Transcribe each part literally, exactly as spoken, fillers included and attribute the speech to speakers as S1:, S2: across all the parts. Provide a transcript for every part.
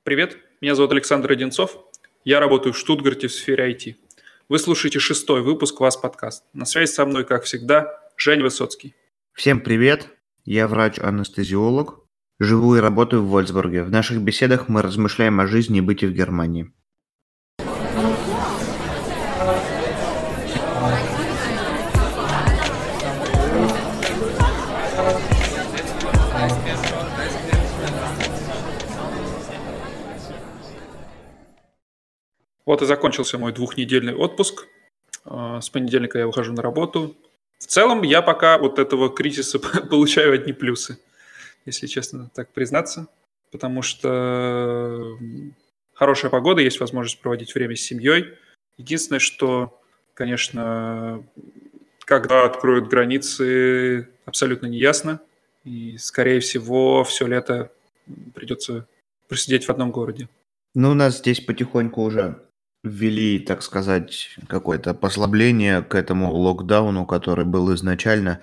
S1: Привет, меня зовут Александр Одинцов. Я работаю в Штутгарте в сфере ай ти. Вы слушаете шестой выпуск «Вас подкаст». На связи со мной, как всегда, Женя Высоцкий.
S2: Всем привет, я врач-анестезиолог, живу и работаю в Вольсбурге. В наших беседах мы размышляем о жизни и быте в Германии.
S1: Вот и закончился мой двухнедельный отпуск. А, С понедельника я выхожу на работу. В целом, я пока от этого кризиса получаю одни плюсы, если честно так признаться. Потому что м, хорошая погода, есть возможность проводить время с семьей. Единственное, что, конечно, когда откроют границы, абсолютно не ясно. И, скорее всего, все лето придется просидеть в одном городе.
S2: Ну, у нас здесь потихоньку уже ввели, так сказать, какое-то послабление к этому локдауну, который был изначально.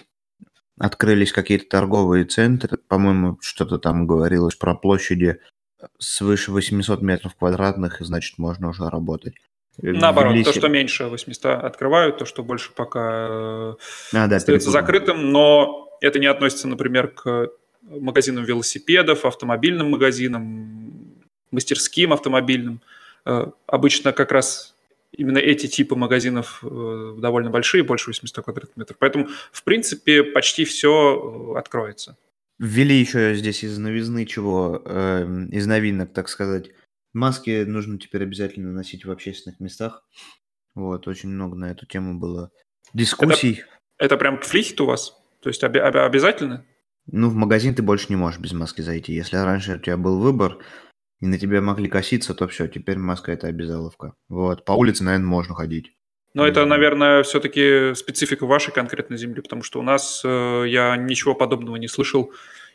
S2: Открылись какие-то торговые центры, по-моему, что-то там говорилось про площади свыше восемьсот метров квадратных, и значит, можно уже работать.
S1: Наоборот,
S2: Ввели
S1: то,
S2: се-
S1: что меньше восьмисот открывают, то, что больше пока э,
S2: А, да,
S1: остается
S2: перепутал.
S1: закрытым, но это не относится, например, к магазинам велосипедов, автомобильным магазинам, мастерским автомобильным. Э, Обычно как раз именно эти типы магазинов э, довольно большие, больше восьмисот квадратных метров. Поэтому, в принципе, почти все откроется.
S2: Ввели еще здесь из новизны чего, эм, из новинок, так сказать. Маски нужно теперь обязательно носить в общественных местах. Вот, очень много на эту тему было
S1: Это,
S2: дискуссий.
S1: это прям пфлихт у вас? То есть оби- оби- обязательно?
S2: Ну, в магазин ты больше не можешь без маски зайти. Если раньше у тебя был выбор, и на тебя могли коситься, то все, теперь маска – это обязаловка. Вот, по улице, наверное, можно ходить.
S1: Но
S2: Не
S1: это,
S2: знаю.
S1: наверное, все-таки специфика вашей конкретной земли, потому что у нас э, я ничего подобного не слышал,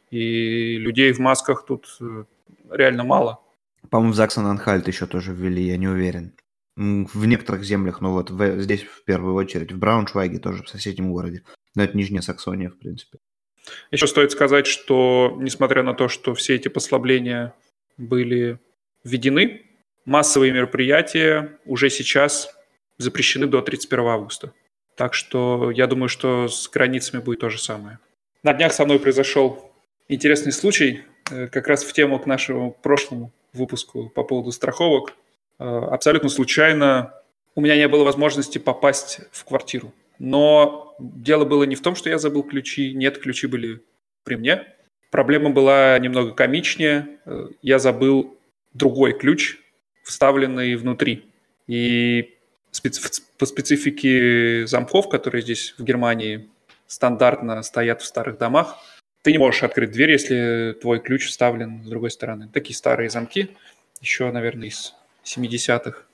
S1: и людей в масках тут э, реально мало.
S2: По-моему, в Заксон-Анхальт еще тоже ввели, я не уверен. М, В некоторых землях, ну вот в- здесь в первую очередь, в Брауншвайге тоже, в соседнем городе. Но это Нижняя Саксония, в принципе.
S1: Еще стоит сказать, что несмотря на то, что все эти послабления были введены, массовые мероприятия уже сейчас запрещены до тридцать первого августа. Так что я думаю, что с границами будет то же самое. На днях со мной произошел интересный случай, э, как раз в тему к нашему прошлому выпуску по поводу страховок. Э, Абсолютно случайно у меня не было возможности попасть в квартиру. Но дело было не в том, что я забыл ключи. Нет, ключи были при мне. Проблема была немного комичнее. Э, Я забыл другой ключ, вставленный внутри. И специ- по специфике замков, которые здесь в Германии стандартно стоят в старых домах, ты не можешь открыть дверь, если твой ключ вставлен с другой стороны. Такие старые замки, еще, наверное, из семидесятых.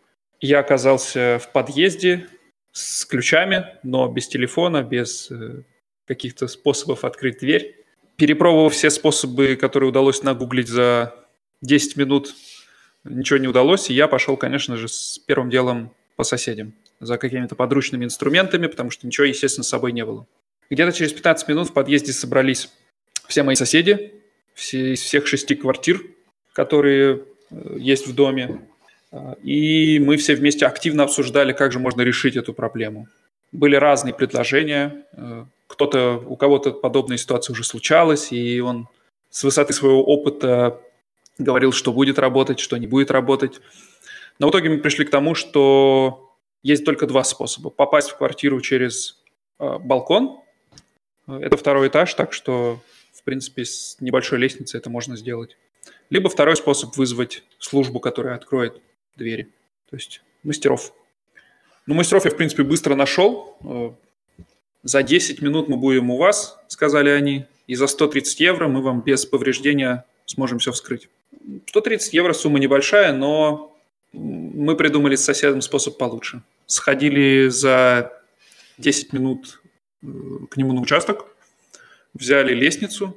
S1: Я оказался в подъезде с ключами, но без телефона, без э, каких-то способов открыть дверь. Перепробовав все способы, которые удалось нагуглить за десять минут, ничего не удалось, и я пошел, конечно же, с первым делом по соседям за какими-то подручными инструментами, потому что ничего, естественно, с собой не было. Где-то через пятнадцать минут в подъезде собрались все мои соседи, все из всех шести квартир, которые э, есть в доме. А, И мы все вместе активно обсуждали, как же можно решить эту проблему. Были разные предложения. Э, Кто-то, у кого-то подобная ситуация уже случалась, и он с высоты своего опыта говорил, что будет работать, что не будет работать. Но в итоге мы пришли к тому, что есть только два способа. Попасть в квартиру через э, балкон. Это второй этаж, так что, в принципе, с небольшой лестницы это можно сделать. Либо второй способ вызвать службу, которая откроет двери. То есть мастеров. Ну, мастеров я, в принципе, быстро нашел. Э, За десять минут мы будем у вас, сказали они, и за сто тридцать евро мы вам без повреждения сможем все вскрыть. сто тридцать евро сумма небольшая, но мы придумали с соседом способ получше. Сходили за десять минут э, к нему на участок, взяли лестницу,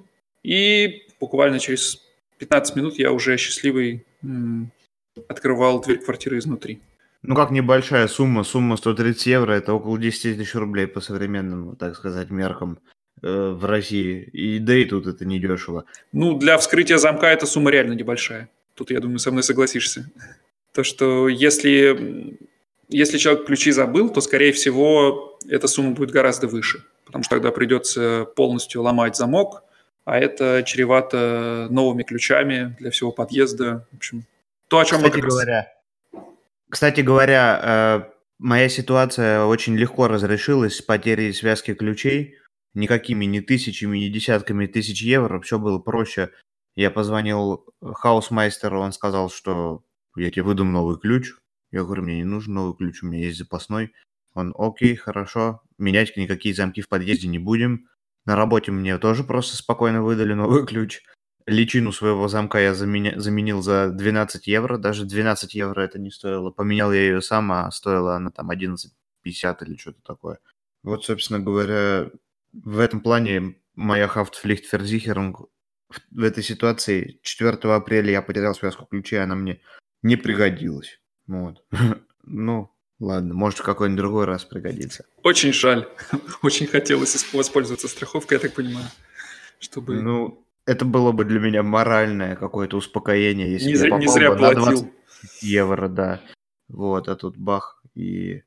S1: и буквально через пятнадцать минут я уже счастливый м, открывал дверь квартиры изнутри.
S2: Ну, как небольшая сумма, сумма сто тридцать евро, это около десять тысяч рублей по современным, так сказать, меркам э, в России. И да и тут это недешево.
S1: Ну, для вскрытия замка эта сумма реально небольшая. Тут, я думаю, со мной согласишься. То, что если, если человек ключи забыл, то, скорее всего, эта сумма будет гораздо выше, потому что тогда придется полностью ломать замок, а это чревато новыми ключами для всего подъезда. В общем, то, о чем мы
S2: Кстати
S1: как раз...
S2: говоря, кстати говоря, э, моя ситуация очень легко разрешилась с потерей связки ключей. Никакими ни тысячами, ни десятками тысяч евро. Все было проще. Я позвонил хаусмайстеру, он сказал, что я тебе выдам новый ключ. Я говорю, мне не нужен новый ключ, у меня есть запасной. Он, окей, хорошо, менять никакие замки в подъезде не будем. На работе мне тоже просто спокойно выдали новый ключ. Личину своего замка я заменя- заменил за двенадцать евро. Даже двенадцать евро это не стоило. Поменял я ее сам, а стоила она там одиннадцать пятьдесят или что-то такое. Вот, собственно говоря, в этом плане моя Haftpflichtversicherung в в этой ситуации четвёртого апреля я потерял связку ключей, она мне не пригодилась. Вот. Ну, ладно, может, в какой-нибудь другой раз пригодится.
S1: Очень жаль. Очень хотелось исп- воспользоваться страховкой, я так понимаю, чтобы
S2: Ну, это было бы для меня моральное какое-то успокоение, если
S1: не
S2: бы я
S1: зря, не
S2: попал
S1: зря
S2: бы на двадцать
S1: платил.
S2: евро, да. Вот, а тут бах, и...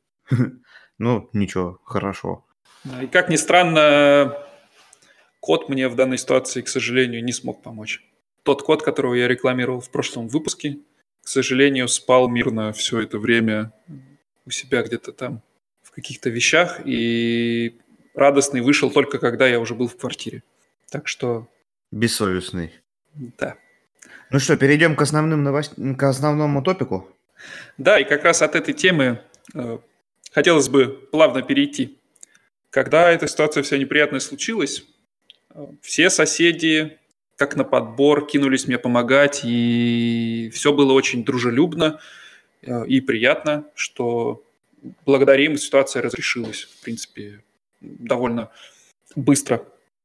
S2: Ну, ничего, хорошо.
S1: Да, и как ни странно, код мне в данной ситуации, к сожалению, не смог помочь. Тот код, которого я рекламировал в прошлом выпуске, к сожалению, спал мирно все это время у себя где-то там в каких-то вещах, и радостный вышел только когда я уже был в квартире. Так что,
S2: Бессовестный.
S1: да.
S2: Ну что, перейдем к основным новост... к основному топику.
S1: Да, и как раз от этой темы э, хотелось бы плавно перейти. Когда эта ситуация вся неприятная случилась, э, все соседи, как на подбор, кинулись мне помогать, и все было очень дружелюбно э, и приятно, что благодаря им ситуация разрешилась, в принципе, довольно быстро.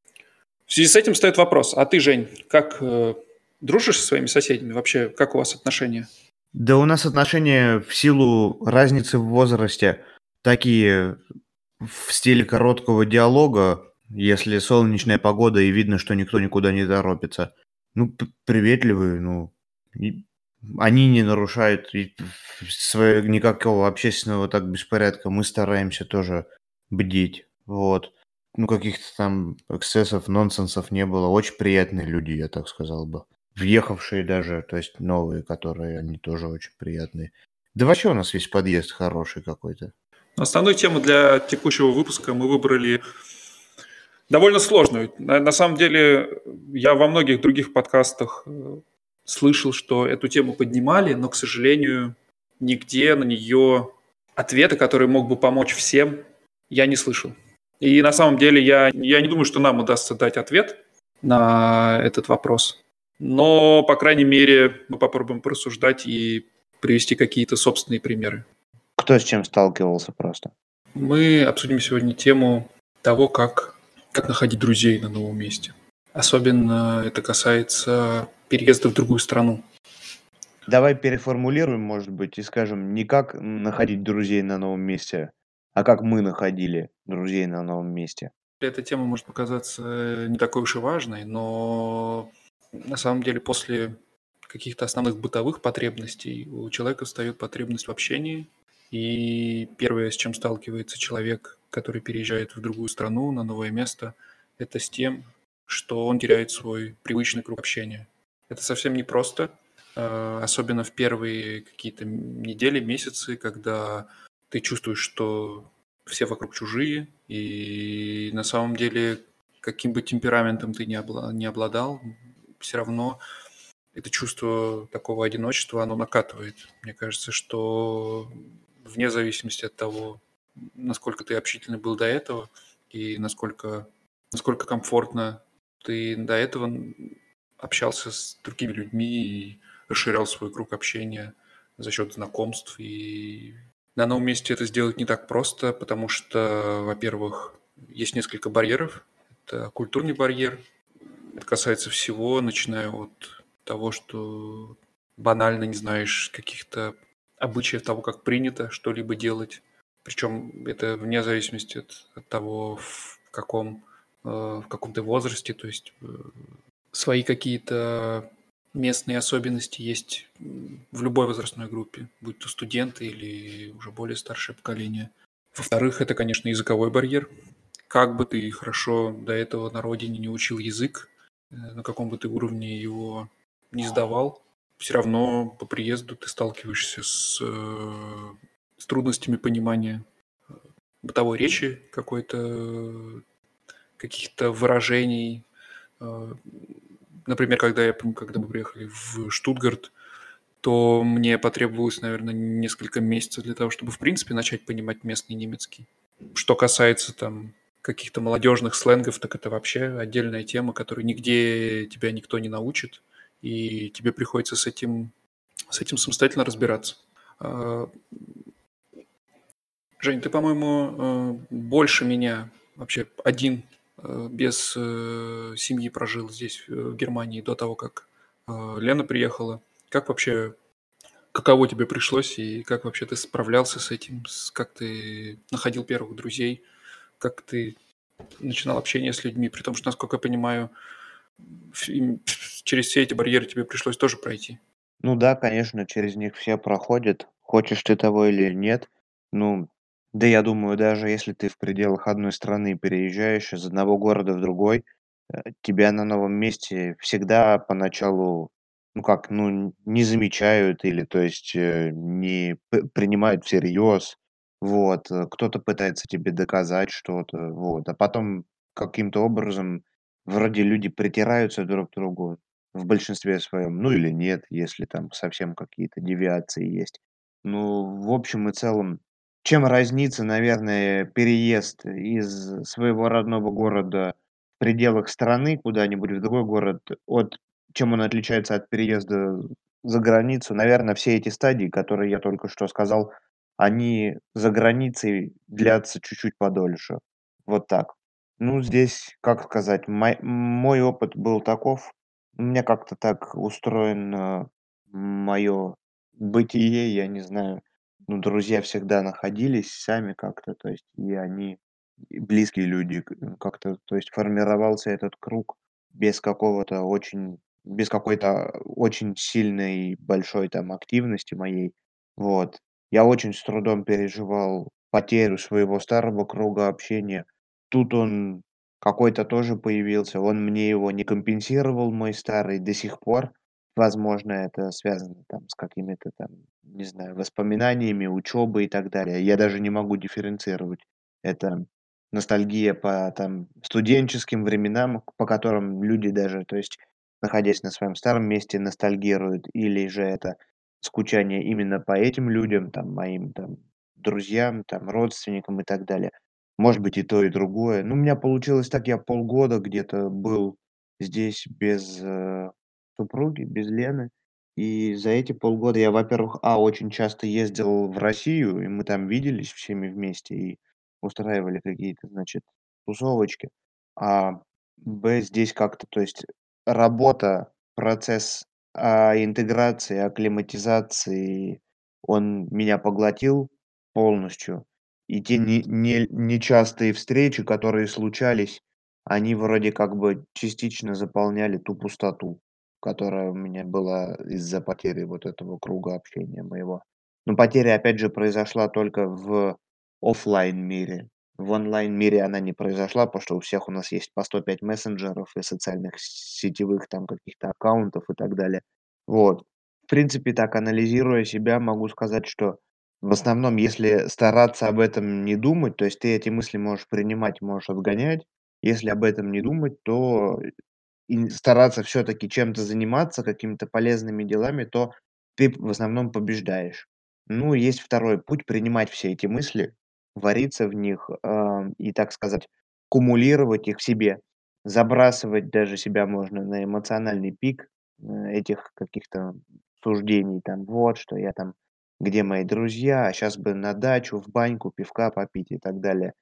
S1: В связи с этим стоит вопрос, а ты, Жень, как э, дружишь со своими соседями? Вообще, как у вас отношения?
S2: Да у нас отношения в силу разницы в возрасте такие в стиле короткого диалога, если солнечная погода и видно, что никто никуда не торопится. Ну, п- приветливые, ну, и они не нарушают и своего никакого общественного так беспорядка. Мы стараемся тоже бдить, вот. Ну, каких-то там эксцессов, нонсенсов не было. Очень приятные люди, я так сказал бы. Въехавшие даже, то есть новые, которые, они тоже очень приятные. Да вообще у нас весь подъезд хороший какой-то.
S1: Основную тему для текущего выпуска мы выбрали довольно сложную. На, на самом деле, я во многих других подкастах э, слышал, что эту тему поднимали, но, к сожалению, нигде на нее ответа, который мог бы помочь всем, я не слышал. И на самом деле я, я не думаю, что нам удастся дать ответ на этот вопрос. Но, по крайней мере, мы попробуем порассуждать и привести какие-то собственные примеры.
S2: Кто с чем сталкивался просто?
S1: Мы обсудим сегодня тему того, как, как находить друзей на новом месте. Особенно это касается переезда в другую страну.
S2: Давай переформулируем, может быть, и скажем, не как находить друзей на новом месте, а как мы находили друзей на новом месте.
S1: Эта тема может показаться не такой уж и важной, но на самом деле после каких-то основных бытовых потребностей у человека встает потребность в общении. И первое, с чем сталкивается человек, который переезжает в другую страну, на новое место, это с тем, что он теряет свой привычный круг общения. Это совсем непросто, э, особенно в первые какие-то недели, месяцы, когда ты чувствуешь, что все вокруг чужие, и на самом деле, каким бы темпераментом ты ни, обла- не обладал, все равно это чувство такого одиночества, оно накатывает. Мне кажется, что вне зависимости от того, насколько ты общительный был до этого и насколько, насколько комфортно ты до этого общался с другими людьми и расширял свой круг общения за счет знакомств. И на новом месте это сделать не так просто, потому что, во-первых, есть несколько барьеров. Это культурный барьер. Это касается всего, начиная от того, что банально не знаешь каких-то обычаев того, как принято что-либо делать. Причем это вне зависимости от, от того, в каком, э, в каком ты возрасте. То есть э, свои какие-то местные особенности есть м, в любой возрастной группе, будь то студенты или уже более старшее поколение. Во-вторых, это, конечно, языковой барьер. Как бы ты хорошо до этого на родине не учил язык, э, на каком бы ты уровне его не сдавал, все равно по приезду ты сталкиваешься с, э, с трудностями понимания бытовой речи какой-то, каких-то выражений. Э, Например, когда я помню, когда мы приехали в Штутгарт, то мне потребовалось, наверное, несколько месяцев для того, чтобы, в принципе, начать понимать местный немецкий. Что касается там каких-то молодежных сленгов, так это вообще отдельная тема, которую нигде тебя никто не научит, и тебе приходится с этим, с этим самостоятельно разбираться. А, Жень, ты, по-моему, э, больше меня вообще один э, без э, семьи прожил здесь, э, в Германии, до того, как э, Лена приехала. Как вообще, каково тебе пришлось и как вообще ты справлялся с этим? С- Как ты находил первых друзей? Как ты начинал общение с людьми? При том, что, насколько я понимаю, ф- им- через все эти барьеры тебе пришлось тоже пройти.
S2: Ну да, конечно, через них все проходят, хочешь ты того или нет. Ну, да я думаю, даже если ты в пределах одной страны переезжаешь из одного города в другой, э, тебя на новом месте всегда поначалу, ну как, ну, н- не замечают или, то есть, э, не п- принимают всерьез. Вот, э, кто-то пытается тебе доказать что-то, вот, а потом каким-то образом вроде люди притираются друг к другу, в большинстве своем, ну или нет, если там совсем какие-то девиации есть. Ну, в общем и целом, чем разнится, наверное, переезд из своего родного города в пределах страны куда-нибудь в другой город, от чем он отличается от переезда за границу? Наверное, все эти стадии, которые я только что сказал, они за границей длятся чуть-чуть подольше. Вот так. Ну, здесь, как сказать, мой мой опыт был таков. У меня как-то так устроено мое бытие, я не знаю. Ну, друзья всегда находились сами как-то, то есть и они, и близкие люди, к э, как-то, то есть формировался этот круг без какого-то очень без какой-то очень сильной, большой там активности моей. Вот. Я очень с трудом переживал потерю своего старого круга общения. Тут он какой-то тоже появился. Он мне его не компенсировал, мой старый, до сих пор. Возможно, это связано там с какими-то там, не знаю, воспоминаниями, учебой и так далее. Я даже не могу дифференцировать. Это ностальгия по там студенческим временам, по которым люди даже, то есть, находясь на своем старом месте, ностальгируют, или же это скучание именно по этим людям, там, моим там друзьям, там, родственникам и так далее. Может быть, и то, и другое. Ну, у меня получилось так: я полгода где-то был здесь без, э, супруги, без Лены. И за эти полгода я, во-первых, а, очень часто ездил в Россию, и мы там виделись всеми вместе и устраивали какие-то, значит, тусовочки. А, б, здесь как-то, то есть работа, процесс, а, интеграции, акклиматизации, он меня поглотил полностью. И те не не нечастые встречи, которые случались, они вроде как бы частично заполняли ту пустоту, которая у меня была из-за потери вот этого круга общения моего. Но потеря, опять же, произошла только в оффлайн мире. В онлайн мире она не произошла, потому что у всех у нас есть по сто пять мессенджеров и социальных сетевых там каких-то аккаунтов и так далее. Вот. В принципе, так анализируя себя, могу сказать, что в основном, если стараться об этом не думать, то есть ты эти мысли можешь принимать, можешь отгонять. Если об этом не думать, то и стараться все таки чем-то заниматься, какими-то полезными делами, то ты в основном побеждаешь. Ну, есть второй путь — принимать все эти мысли, вариться в них, ам, и, так сказать, кумулировать их в себе. Забрасывать даже себя можно на эмоциональный пик, э, этих каких-то суждений, там: "Вот что я там, где мои друзья, а щас бы на дачу, в баньку, пивка попить" и так далее.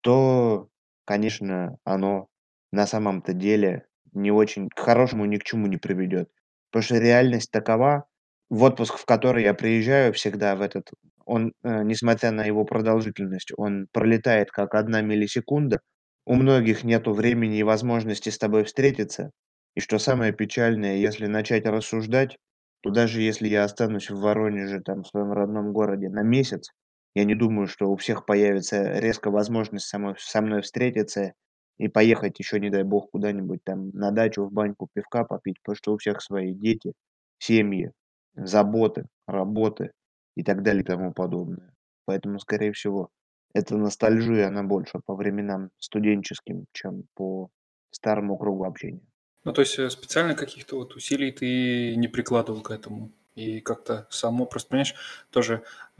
S2: То, конечно, оно на самом-то деле не очень к хорошему ни к чему не приведет. Потому что реальность такова, в отпуск, в который я приезжаю всегда в этот, он, э, несмотря на его продолжительность, он пролетает как одна миллисекунда. У многих нету времени и возможности с тобой встретиться. И что самое печальное, если начать рассуждать, то даже если я останусь в Воронеже, там, в своем родном городе на месяц, я не думаю, что у всех появится резко возможность со мной со мной встретиться и поехать еще, не дай бог, куда-нибудь там на дачу, в баньку пивка попить, потому что у всех свои дети, семьи, заботы, работы и так далее и тому подобное. Поэтому, скорее всего, эта ностальжия, она больше по временам студенческим, чем по старому кругу общения.
S1: Ну, то есть э, специально каких-то вот усилий ты не прикладывал к этому. И как-то само, просто понимаешь, тоже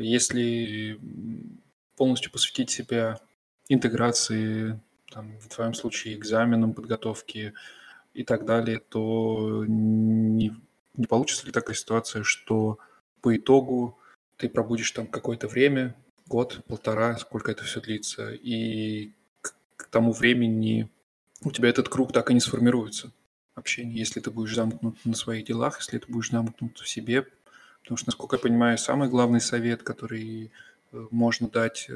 S1: если м, полностью посвятить себя интеграции, там, в твоем случае экзаменам, подготовке и так далее, то не, не получится ли такая ситуация, что по итогу ты пробудешь там какое-то время, год, полтора, сколько это все длится, и к, к тому времени у тебя этот круг так и не сформируется общения, если ты будешь замкнут на своих делах, если ты будешь замкнут в себе. Потому что, насколько я понимаю, самый главный совет, который э, можно дать э,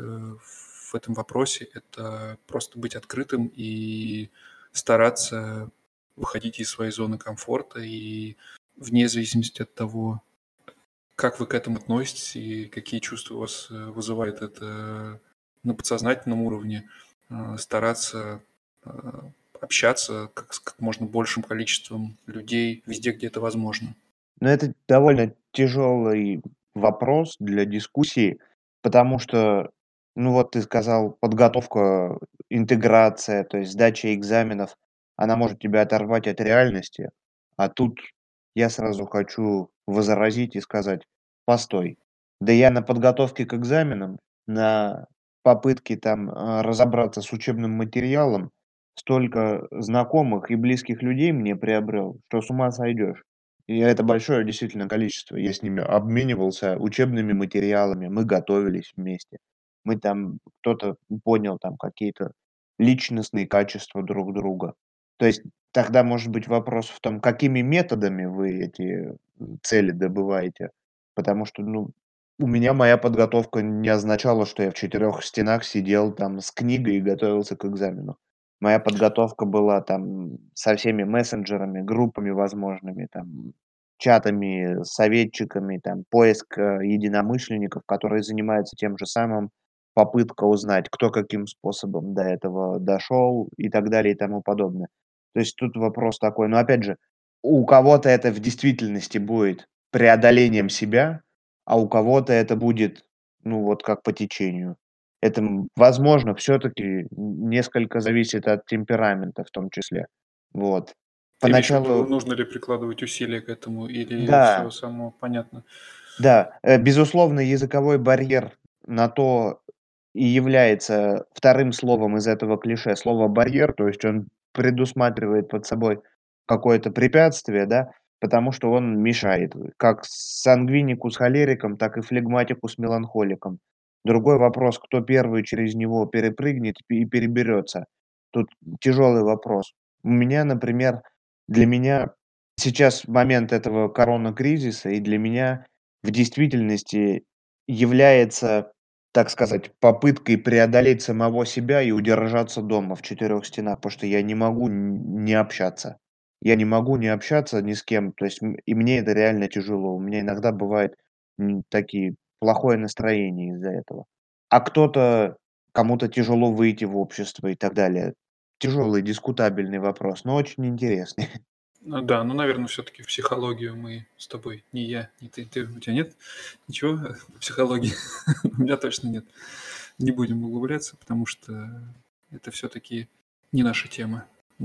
S1: в этом вопросе, это просто быть открытым и стараться выходить из своей зоны комфорта и вне зависимости от того, как вы к этому относитесь и какие чувства у вас э, вызывает это на подсознательном уровне, э, стараться э, общаться как с как можно большим количеством людей везде, где это возможно.
S2: Но это довольно тяжелый вопрос для дискуссии, потому что, ну вот ты сказал, подготовка, интеграция, то есть сдача экзаменов, она может тебя оторвать от реальности. А тут я сразу хочу возразить и сказать: постой, да я на подготовке к экзаменам, на попытке там а, разобраться с учебным материалом столько знакомых и близких людей мне приобрел, что с ума сойдешь. И это большое действительно количество. Я с ними обменивался учебными материалами, мы готовились вместе. Мы там кто-то понял там какие-то личностные качества друг друга. То есть тогда может быть вопрос в том, какими методами вы эти м, цели добываете. Потому что, ну, у меня моя подготовка не означала, что я в четырех стенах сидел там с книгой и готовился к экзамену. Моя подготовка была там со всеми мессенджерами, группами возможными, там, чатами, советчиками, там, поиск, э, единомышленников, которые занимаются тем же самым, попытка узнать, кто каким способом до этого дошел и так далее и тому подобное. То есть тут вопрос такой, но опять же, у кого-то это в действительности будет преодолением себя, а у кого-то это будет, ну, вот как по течению. Это, м, возможно, все-таки несколько зависит от темперамента в том числе. Вот.
S1: Ты имеешь в виду,
S2: Поначалу
S1: нужно ли прикладывать усилия к этому или все
S2: да,
S1: само понятно?
S2: да, э, безусловно, языковой барьер на то и является вторым словом из этого клише. Слово "барьер", то есть он предусматривает под собой какое-то препятствие, да, потому что он мешает, как сангвинику с холериком, так и флегматику с меланхоликом. Другой вопрос, кто первый через него перепрыгнет и переберется. Тут тяжелый вопрос. У меня, например, для меня сейчас момент этого коронакризиса, и для меня в действительности является, так сказать, попыткой преодолеть самого себя и удержаться дома в четырех стенах, потому что я не могу н не общаться. Я не могу не общаться ни с кем, то есть, м, и мне это реально тяжело. У меня иногда бывает, м, такие плохое настроение из-за этого. А кто-то кому-то тяжело выйти в общество и так далее. Тяжелый, дискутабельный вопрос, но очень интересный.
S1: Ну да, ну, наверное, все-таки в психологию мы с тобой, не я, не ты, ты, у тебя нет ничего э, в психологии? У меня точно нет. Не будем углубляться, потому что это все-таки не наша тема.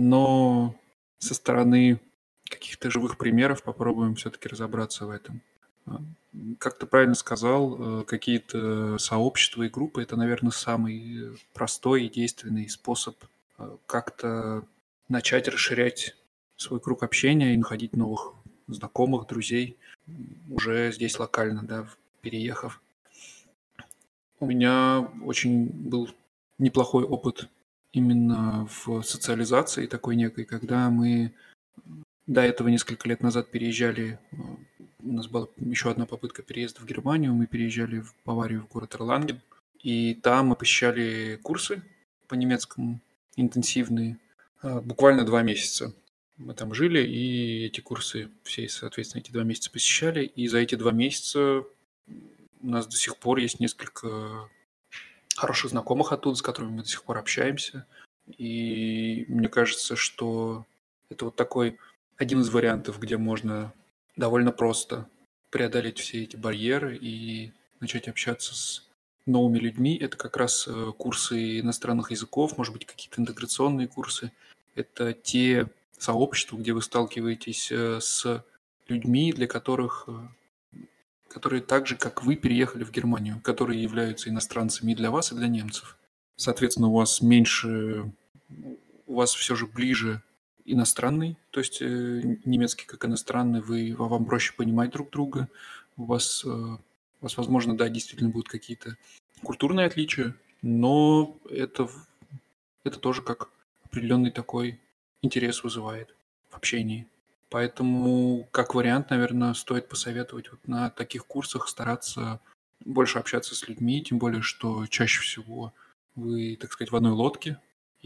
S1: Но со стороны каких-то живых примеров попробуем все-таки разобраться в этом. А, м, Как ты правильно сказал, э, какие-то сообщества и группы – это, наверное, самый э, простой и действенный способ э, как-то начать расширять свой круг общения и находить новых знакомых, друзей м, уже здесь локально, да, в- переехав. У меня очень был неплохой опыт именно в социализации такой некой, когда мы до этого несколько лет назад переезжали, э, у нас была еще одна попытка переезда в Германию, мы переезжали в Баварию, в город Эрланген, и там мы посещали курсы по немецкому интенсивные, э, буквально два месяца. Мы там жили, и эти курсы все, соответственно, эти два месяца посещали. И за эти два месяца у нас до сих пор есть несколько хороших знакомых оттуда, с которыми мы до сих пор общаемся. И мне кажется, что это вот такой один из вариантов, где можно довольно просто преодолеть все эти барьеры и начать общаться с новыми людьми. Это как раз э, курсы иностранных языков, может быть, какие-то интеграционные курсы. Это те сообщества, где вы сталкиваетесь э, с людьми, для которых, э, которые так же, как вы, переехали в Германию, которые являются иностранцами и для вас, и для немцев. Соответственно, у вас меньше, у вас все же ближе иностранный, то есть э, немецкий как иностранный, вы, вам проще понимать друг друга, у вас, э, у вас, возможно, да, действительно будут какие-то культурные отличия, но это, в- это тоже как определенный такой интерес вызывает в общении. Поэтому, как вариант, наверное, стоит посоветовать вот на таких курсах стараться больше общаться с людьми, тем более, что чаще всего вы, так сказать, в одной лодке,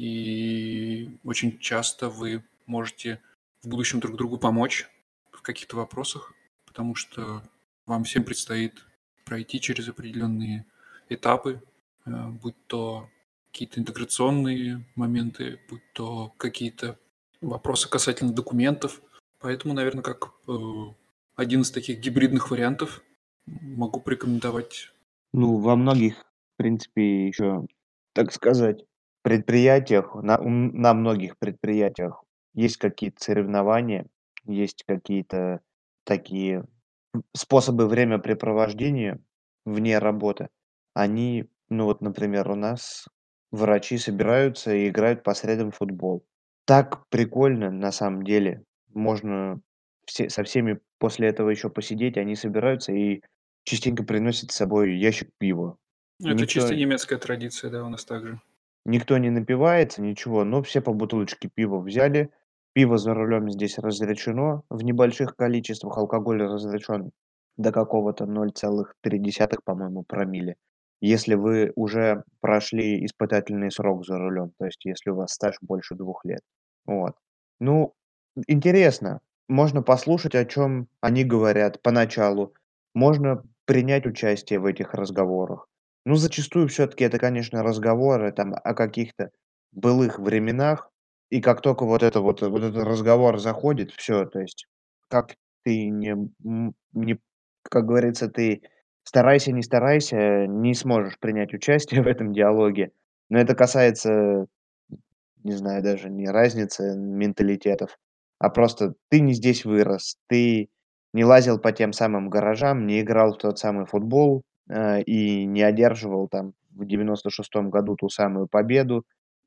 S1: и очень часто вы можете в будущем друг другу помочь в каких-то вопросах, потому что вам всем предстоит пройти через определенные этапы, э, будь то какие-то интеграционные моменты, будь то какие-то вопросы касательно документов. Поэтому, наверное, как э, один из таких гибридных вариантов могу порекомендовать.
S2: Ну, во многих, в принципе, еще, так сказать, предприятиях, на, м, на многих предприятиях есть какие-то соревнования, есть какие-то такие способы времяпрепровождения вне работы. Они, ну вот, например, у нас врачи собираются и играют по средам в футбол. Так прикольно, на самом деле. Можно все, со всеми после этого еще посидеть, они собираются и частенько приносят с собой ящик пива.
S1: Ну, это
S2: Никто
S1: чисто немецкая традиция, да, у нас также.
S2: никто не напивается, ничего, но все по бутылочке пива взяли. Пиво за рулем здесь разрешено в небольших количествах, алкоголь разрешен до какого-то ноль целых три десятых, по-моему, промилле. Если вы уже прошли испытательный срок за рулем, то есть если у вас стаж больше двух лет. Вот. Ну, интересно. Можно послушать, о чем они говорят поначалу. Можно принять участие в этих разговорах. Ну, зачастую все таки это, конечно, разговоры там о каких-то былых временах. И как только вот это вот вот этот разговор заходит, все, то есть как ты не м, не как говорится, ты старайся, не старайся, не сможешь принять участие в этом диалоге. Но это касается, не знаю, даже не разницы менталитетов, а просто ты не здесь вырос, ты не лазил по тем самым гаражам, не играл в тот самый футбол, э, и не одерживал там в девяносто шестом году ту самую победу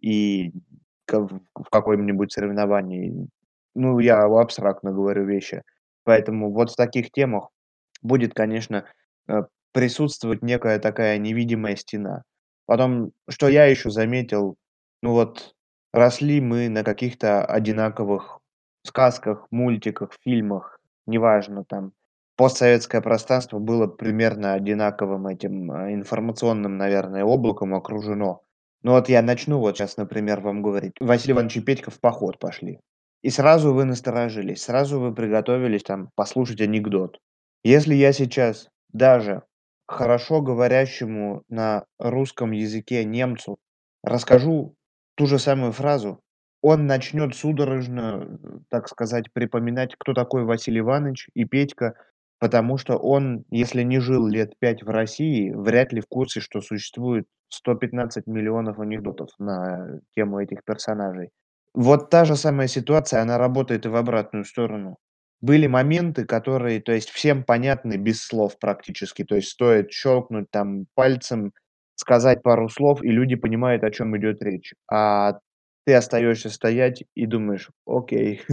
S2: и ка в в каком-нибудь соревновании. Ну, я абстрактно говорю вещи. Поэтому вот в таких темах будет, конечно, э, присутствовать некая такая невидимая стена. Потом, что я еще заметил, ну вот росли мы на каких-то одинаковых сказках, мультиках, фильмах, неважно там. Постсоветское пространство было примерно одинаковым этим, а, информационным, наверное, облаком окружено. Ну вот я начну вот сейчас, например, вам говорить: Василий Иванович и Петька в поход пошли. И сразу вы насторожились, сразу вы приготовились там послушать анекдот. Если я сейчас даже хорошо говорящему на русском языке немцу расскажу ту же самую фразу, он начнет судорожно, э, так сказать, припоминать, кто такой Василий Иванович и Петька, потому что он, если не жил лет пять в России, вряд ли в курсе, что существует сто пятнадцать миллионов анекдотов на тему этих персонажей. Вот та же самая ситуация, она работает и в обратную сторону. Были моменты, которые, то есть, всем понятны без слов практически. То есть стоит щелкнуть там пальцем, сказать пару слов, и люди понимают, о чем идет речь. А ты остаешься стоять и думаешь: "Окей".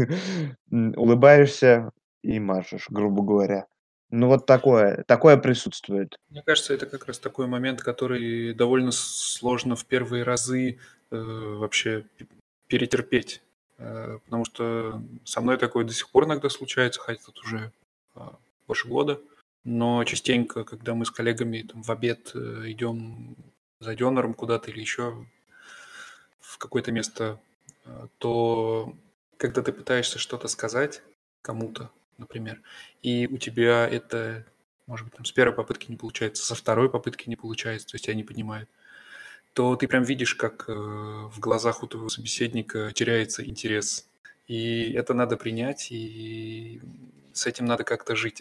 S2: М, улыбаешься и машешь, грубо говоря. Ну, вот такое такое присутствует.
S1: Мне кажется, это как раз такой момент, который довольно с- сложно в первые разы э, вообще п- перетерпеть. Э, потому что со мной такое до сих пор иногда случается, хотя тут уже а, больше года. Но частенько, когда мы с коллегами там, в обед э, идем за дёнером куда-то или еще в какое-то место, э, то когда ты пытаешься что-то сказать кому-то, например, и у тебя это, может быть, там, с первой попытки не получается, со второй попытки не получается, то есть тебя не понимают, то ты прям видишь, как э, в глазах у твоего собеседника теряется интерес. И это надо принять, и с этим надо как-то жить.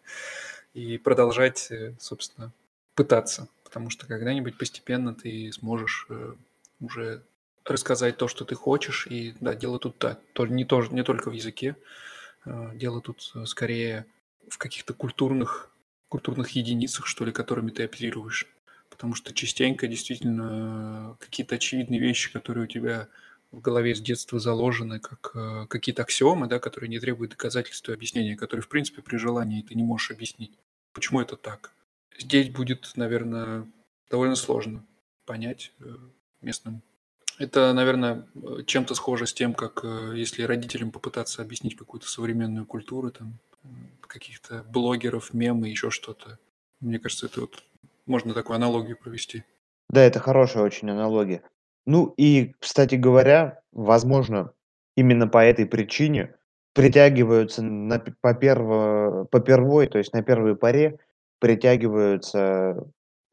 S1: И продолжать, э, собственно, пытаться. Потому что когда-нибудь постепенно ты сможешь э, уже рассказать то, что ты хочешь. И да, дело тут да, то- не, то, не только в языке. э, Дело тут э, скорее в каких-то культурных, культурных единицах, что ли, которыми ты оперируешь. Потому что частенько действительно э, какие-то очевидные вещи, которые у тебя в голове с детства заложены, как э, какие-то аксиомы, да, которые не требуют доказательств и объяснения, которые, в принципе, при желании ты не можешь объяснить, почему это так. Здесь будет, наверное, довольно сложно понять э, местным. Это, наверное, э, чем-то схоже с тем, как э, если родителям попытаться объяснить какую-то современную культуру, там, э, каких-то блогеров, мемы, еще что-то. Мне кажется, это вот можно такую аналогию провести.
S2: Да, это хорошая очень аналогия. Ну и, кстати говоря, возможно, именно по этой причине притягиваются на п по перво попервой, то есть на первой поре притягиваются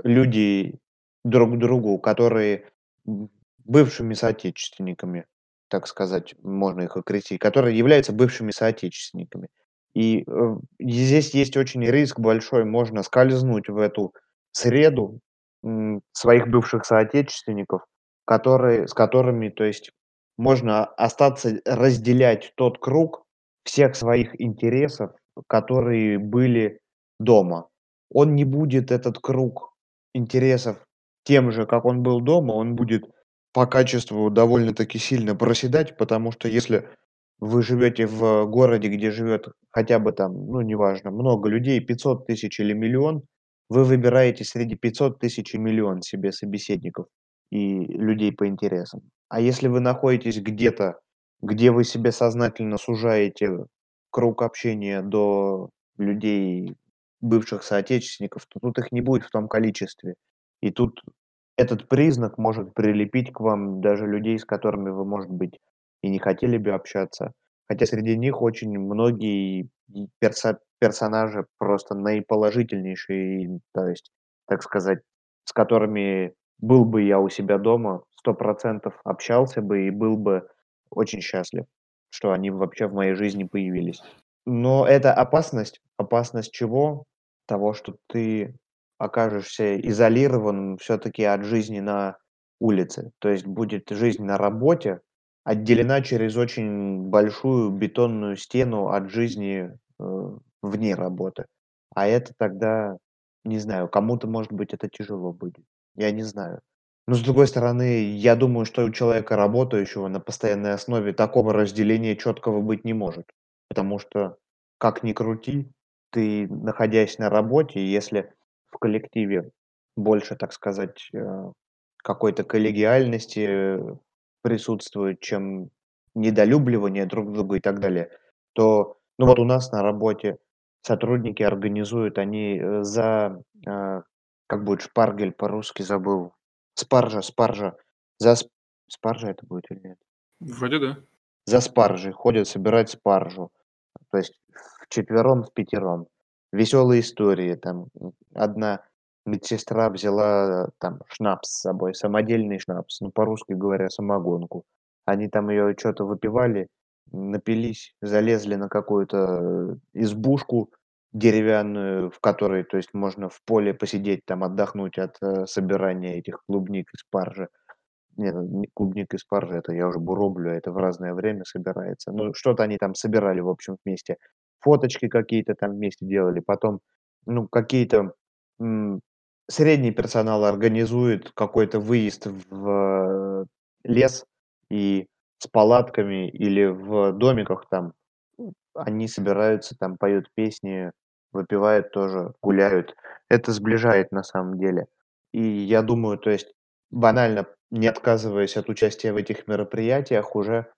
S2: люди друг к другу, которые м, бывшими соотечественниками, так сказать, можно их окрестить, которые являются бывшими соотечественниками. И, э, и здесь есть очень риск большой, можно скользнуть в эту среду, м, своих бывших соотечественников, которые с которыми, то есть, можно остаться разделять тот круг всех своих интересов, которые были дома. Он не будет, этот круг интересов, тем же, как он был дома, он будет по качеству довольно-таки сильно проседать, потому что если вы живете в городе, где живет хотя бы там, ну, неважно, много людей, пятьсот тысяч или миллион, вы выбираете среди пятьсот тысяч и миллион себе собеседников и людей по интересам. А если вы находитесь где-то, где вы себе сознательно сужаете круг общения до людей, бывших соотечественников, то тут их не будет в том количестве. И тут этот признак может прилепить к вам даже людей, с которыми вы, может быть, и не хотели бы общаться. Хотя среди них очень многие и перса персонажи просто наиположительнейшие, то есть, так сказать, с которыми был бы я у себя дома, сто процентов общался бы и был бы очень счастлив, что они вообще в моей жизни появились. Но это опасность. Опасность чего? Того, что ты окажешься изолирован все-таки от жизни на улице. То есть будет жизнь на работе отделена через очень большую бетонную стену от жизни э, вне работы. А это тогда, не знаю, кому-то, может быть, это тяжело будет. Я не знаю. Но, с другой стороны, я думаю, что у человека, работающего на постоянной основе, такого разделения четкого быть не может. Потому что, как ни крути, ты, находясь на работе, если в коллективе больше, так сказать, э, какой-то коллегиальности э, присутствует, чем недолюбливание друг друга и так далее, то, ну вот у нас на работе сотрудники организуют, они э, за, э, как будет шпаргель по-русски, забыл, спаржа, спаржа, за сп- спаржа это будет или нет?
S1: Вроде да.
S2: За спаржей ходят собирать спаржу. То есть вчетвером, впятером. Веселые истории. Там, м, одна медсестра взяла там шнапс с собой, самодельный шнапс, ну, по-русски говоря, самогонку. Они там ее что то выпивали, напились, залезли на какую-то, э, избушку деревянную, в которой, то есть, можно в поле посидеть, там отдохнуть от, э, собирания этих клубник и спаржи. Не, ну, не клубника и спаржа, это я уже буроблю, это в разное время собирается. Ну, что-то они там собирали, в общем, вместе. Фоточки какие-то там вместе делали. Потом, ну, какие-то, м, средний персонал организует какой-то выезд в, э, лес и с палатками или в домиках там. М, они собираются, там поют песни, выпивают тоже, гуляют. Это сближает на самом деле. И я думаю, то есть банально не отказываясь от участия в этих мероприятиях, уже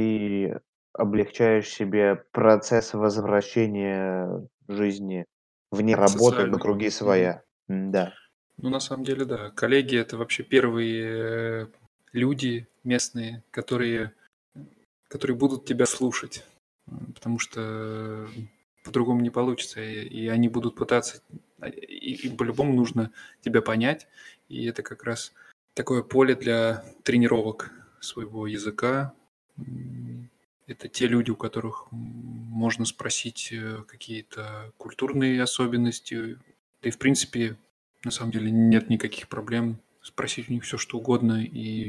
S2: ты облегчаешь себе процесс возвращения жизни вне работы на
S1: Социальный.
S2: круги
S1: Мгм.
S2: своя. М-да.
S1: Ну, на самом деле, да. Коллеги– это вообще первые э, люди местные, которые которые будут тебя слушать, м, потому что по-другому не получится, и и они будут пытаться, а, и им по-любому нужно тебя понять, и это как раз такое поле для тренировок своего языка. М, это те люди, у которых, м, можно спросить, э, какие-то культурные особенности. Да и в принципе, на самом деле нет никаких проблем спросить у них все что угодно,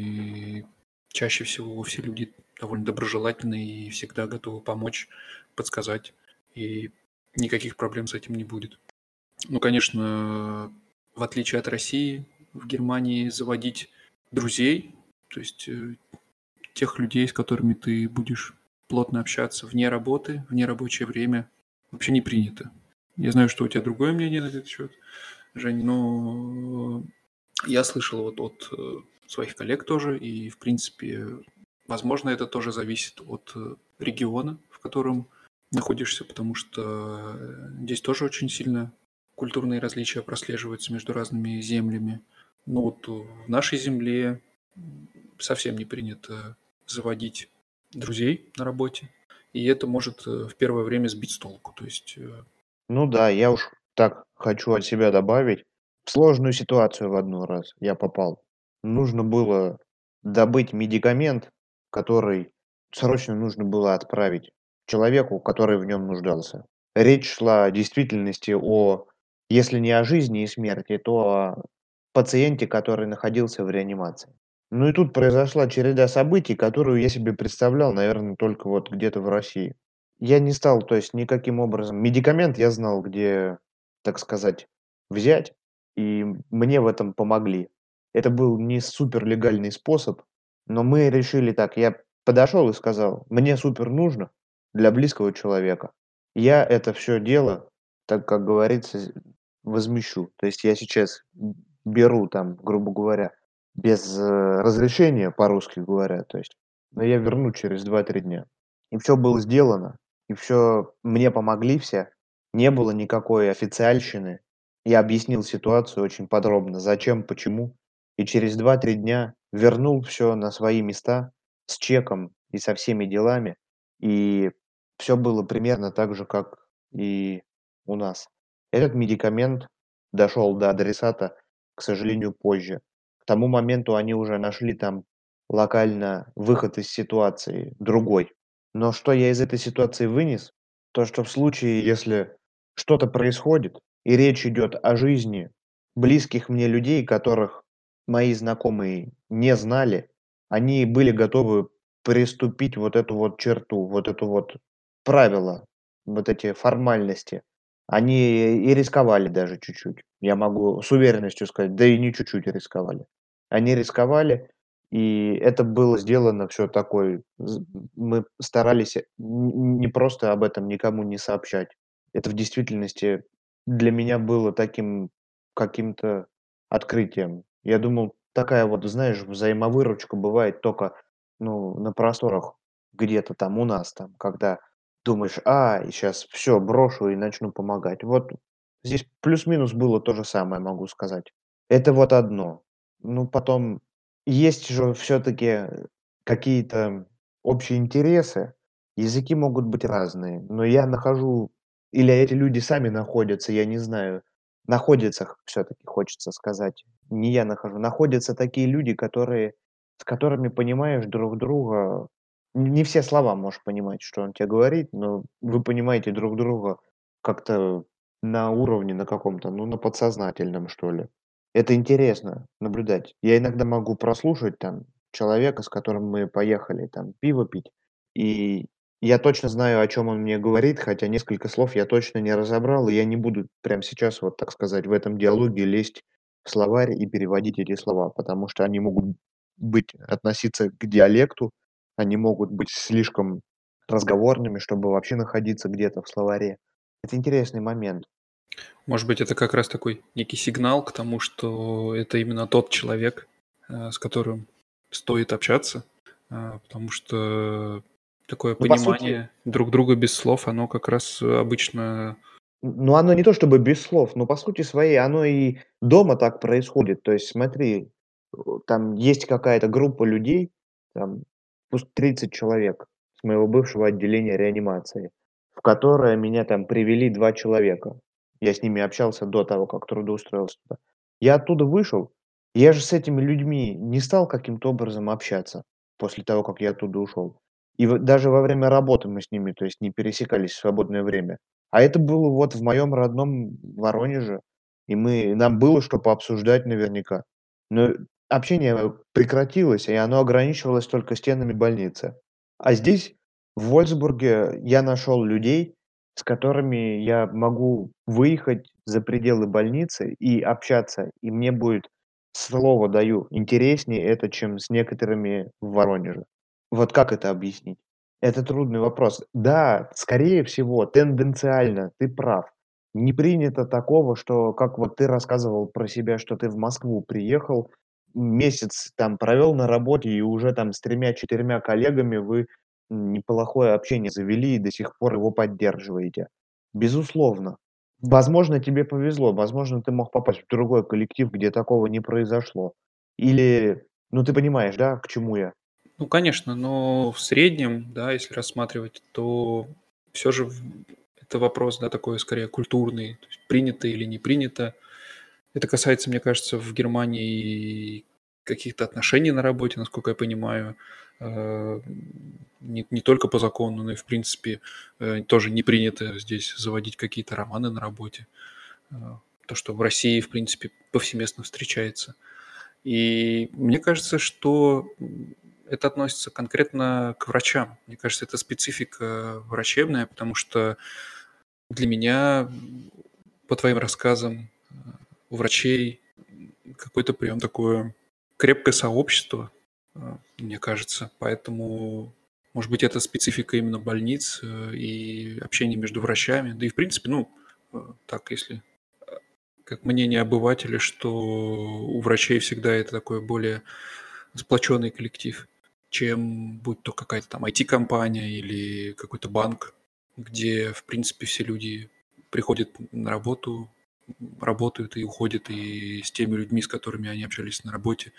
S1: и чаще всего все люди довольно доброжелательные и всегда готовы помочь, подсказать, и никаких проблем с этим не будет. Ну, конечно, в отличие от России, в Германии заводить друзей, то есть э, тех людей, с которыми ты будешь плотно общаться вне работы, в нерабочее время, вообще не принято. Я знаю, что у тебя другое мнение на этот счет, Жень, но я слышал вот от э, своих коллег тоже, и, в принципе, возможно, это тоже зависит от э, региона, в котором находишься, потому что э, здесь тоже очень сильно культурные различия прослеживаются между разными землями. Но вот в нашей земле м, совсем не принято заводить друзей на работе, и это может э, в первое время сбить с толку. То есть, э,
S3: Ну да, я уж так хочу от себя добавить. В сложную ситуацию в одну раз я попал. Нужно было добыть медикамент, который срочно нужно было отправить человеку, который в нем нуждался. Речь шла в действительности о, если не о жизни и смерти, то о пациенте, который находился в реанимации. Ну и тут произошла череда событий, которую я себе представлял, наверное, только вот где-то в России. Я не стал, то есть никаким образом медикамент я знал, где, так сказать, взять, и мне в этом помогли. Это был не супер легальный способ, но мы решили так. Я подошел и сказал: "Мне супер нужно для близкого человека. Я это все дело, так как говорится, з возмещу". То есть я сейчас м, беру там, грубо говоря, без, э, разрешения, по-русски говоря, то есть, но я верну через два-три дня. И все было сделано. И все мне помогли все. Не было никакой официальщины. Я объяснил ситуацию очень подробно: зачем, почему. И через два-три дня вернул все на свои места с чеком и со всеми делами. И все было примерно так же, как и у нас. Этот медикамент дошел до адресата, к сожалению, позже. К тому моменту они уже нашли там локально выход из ситуации другой. Но что я из этой ситуации вынес? То, что в случае, если что-то происходит, и речь идет о жизни близких мне людей, которых мои знакомые не знали, они были готовы приступить вот эту вот черту, вот эту вот правило, вот эти формальности. Они и рисковали даже чуть-чуть. Я могу с уверенностью сказать, да и не чуть-чуть рисковали. Они рисковали, и это было сделано все такой з мы старались н не просто об этом никому не сообщать. Это в действительности для меня было таким каким-то открытием. Я думал, такая вот, знаешь, взаимовыручка бывает только, ну, на просторах где-то там у нас там, когда думаешь: "А, сейчас все брошу и начну помогать". Вот здесь плюс-минус было то же самое, могу сказать. Это вот одно. Ну, потом есть же все-таки какие-то общие интересы. Языки могут быть разные, но я нахожу, или эти люди сами находятся, я не знаю, находятся, все-таки хочется сказать, не я нахожу, находятся такие люди, которые, с которыми понимаешь друг друга, н- не все слова можешь понимать, что он тебе говорит, но вы понимаете друг друга как-то на уровне, на каком-то, ну, на подсознательном, что ли. Это интересно наблюдать. Я иногда могу прослушать там человека, с которым мы поехали там пиво пить, и я точно знаю, о чем он мне говорит, хотя несколько слов я точно не разобрал, и я не буду прямо сейчас, вот так сказать, в этом диалоге лезть в словарь и переводить эти слова, потому что они могут быть, относиться к диалекту, они могут быть слишком разговорными, чтобы вообще находиться где-то в словаре. Это интересный момент.
S1: может быть, это как раз такой некий сигнал к тому, что это именно тот человек, э, с которым стоит общаться, а, потому что такое
S3: Ну, по сути,
S1: понимание друг друга без слов, оно как раз э, обычно...
S3: ну, оно не то чтобы без слов, но по сути своей оно и дома так происходит. То есть смотри, э, там есть какая-то группа людей, там, пусть тридцать человек. с моего бывшего отделения реанимации, в которое меня там привели два человека. Я с ними общался до того, как трудоустроился туда. Я оттуда вышел, и я же с этими людьми не стал каким-то образом общаться после того, как я оттуда ушел. И вот даже во время работы мы с ними, то есть, не пересекались в свободное время. А это было вот в моем родном Воронеже, и мы нам было что пообсуждать наверняка. Но общение прекратилось, и оно ограничивалось только стенами больницы. А здесь, в Вольфсбурге, я нашел людей, с которыми я могу выехать за пределы больницы и общаться, и мне будет, слово даю, интереснее это, чем с некоторыми в Воронеже. Вот как это объяснить? Это трудный вопрос. Да, скорее всего, тенденциально ты прав. Не принято такого, что, как вот ты рассказывал про себя, что ты в Москву приехал, месяц там провел на работе, и уже там с тремя-четырьмя коллегами вы м, неплохое общение завели и до сих пор его поддерживаете. Безусловно. Возможно, тебе повезло, возможно, ты мог попасть в другой коллектив, где такого не произошло. Или, ну ты понимаешь, да, к чему я?
S1: Ну, конечно, но в среднем, да, если рассматривать, то все же в- это вопрос, да, такой скорее культурный, то есть принято или не принято. Это касается, мне кажется, в Германии и каких-то отношений на работе, насколько я понимаю, э, не, не только по закону, но и, в принципе, э, тоже не принято здесь заводить какие-то романы на работе. Э, То, что в России, в принципе, повсеместно встречается. И мне кажется, что м, это относится конкретно к врачам. Мне кажется, это специфика врачебная, потому что для меня, м, по твоим рассказам, э, у врачей какой-то прям такое крепкое сообщество, э, мне кажется. Поэтому, может быть, это специфика именно больниц э, и общения между врачами. Да и, в принципе, ну, э, так, если как мнение обывателя, что у врачей всегда это такой более сплоченный коллектив, чем будь то какая-то там ай ти-компания или какой-то банк, где, в принципе, все люди приходят на работу, работают и уходят, и с теми людьми, с которыми они общались на работе,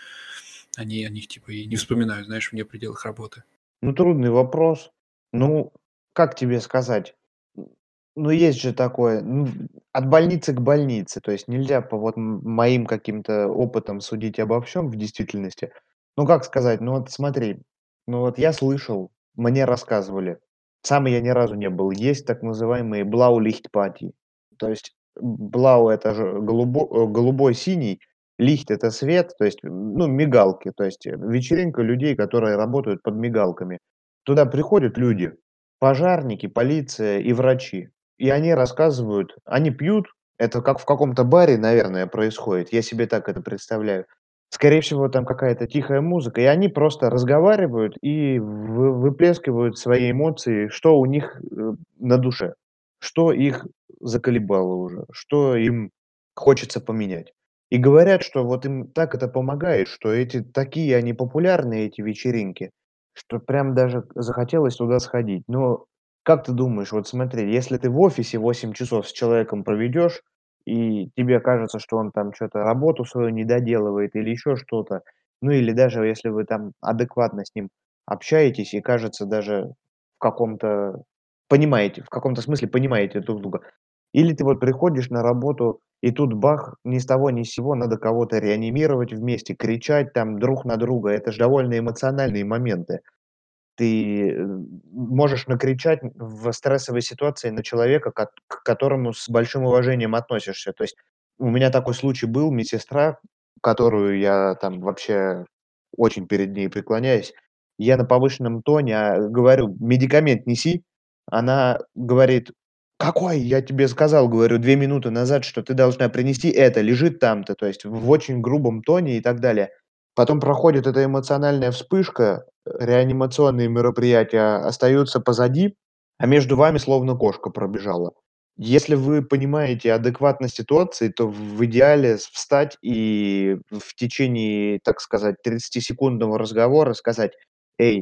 S1: они о них типа и не вспоминают, знаешь, вне пределах работы.
S3: Ну, трудный вопрос. Ну, как тебе сказать? М, ну, есть же такое, ну, от больницы к больнице. То есть нельзя по вот м моим каким-то опытам судить обо всем в действительности. Ну, как сказать, ну вот смотри, ну вот я слышал, мне рассказывали, сам я ни разу не был, есть так называемые Blaulichtparty. То есть Blau — это же голубо э, голубой-синий, Лихт — это свет, то есть, м, ну, мигалки, то есть, э, вечеринка людей, которые работают под мигалками. Туда приходят люди, пожарники, полиция и врачи. И они рассказывают, они пьют, это как в каком-то баре, наверное, происходит, я себе так это представляю. Скорее всего, там какая-то тихая музыка, и они просто разговаривают и вы выплескивают свои эмоции, что у них, э, на душе, что их заколебало уже, что им хочется поменять. И говорят, что вот им так это помогает, что эти такие они популярные, эти вечеринки, что прям даже захотелось туда сходить. Но как ты думаешь, вот смотри, если ты в офисе восемь часов с человеком проведешь, и тебе кажется, что он там что то работу свою не доделывает или еще что-то, ну или даже если вы там адекватно с ним общаетесь и, кажется, даже в каком-то понимаете, в каком-то смысле понимаете друг друга. Или ты вот приходишь на работу, и тут бах, ни с того ни с сего надо кого-то реанимировать вместе, кричать там друг на друга. Это ж довольно эмоциональные моменты. Ты, э, можешь накричать в стрессовой ситуации на человека, кот к которому с большим уважением относишься. То есть у меня такой случай был: медсестра, которую я там вообще очень перед ней преклоняюсь. Я на повышенном тоне, а, говорю: "Медикамент неси". Она говорит: "Какой? Я тебе сказал, говорю, две минуты назад, что ты должна принести это, лежит там-то". То есть в очень грубом тоне и так далее. Потом проходит эта эмоциональная вспышка, реанимационные мероприятия остаются позади, а между вами словно кошка пробежала. Если вы понимаете адекватность ситуации, то в идеале с встать и в течение, так сказать, тридцатисекундного разговора сказать: "Эй,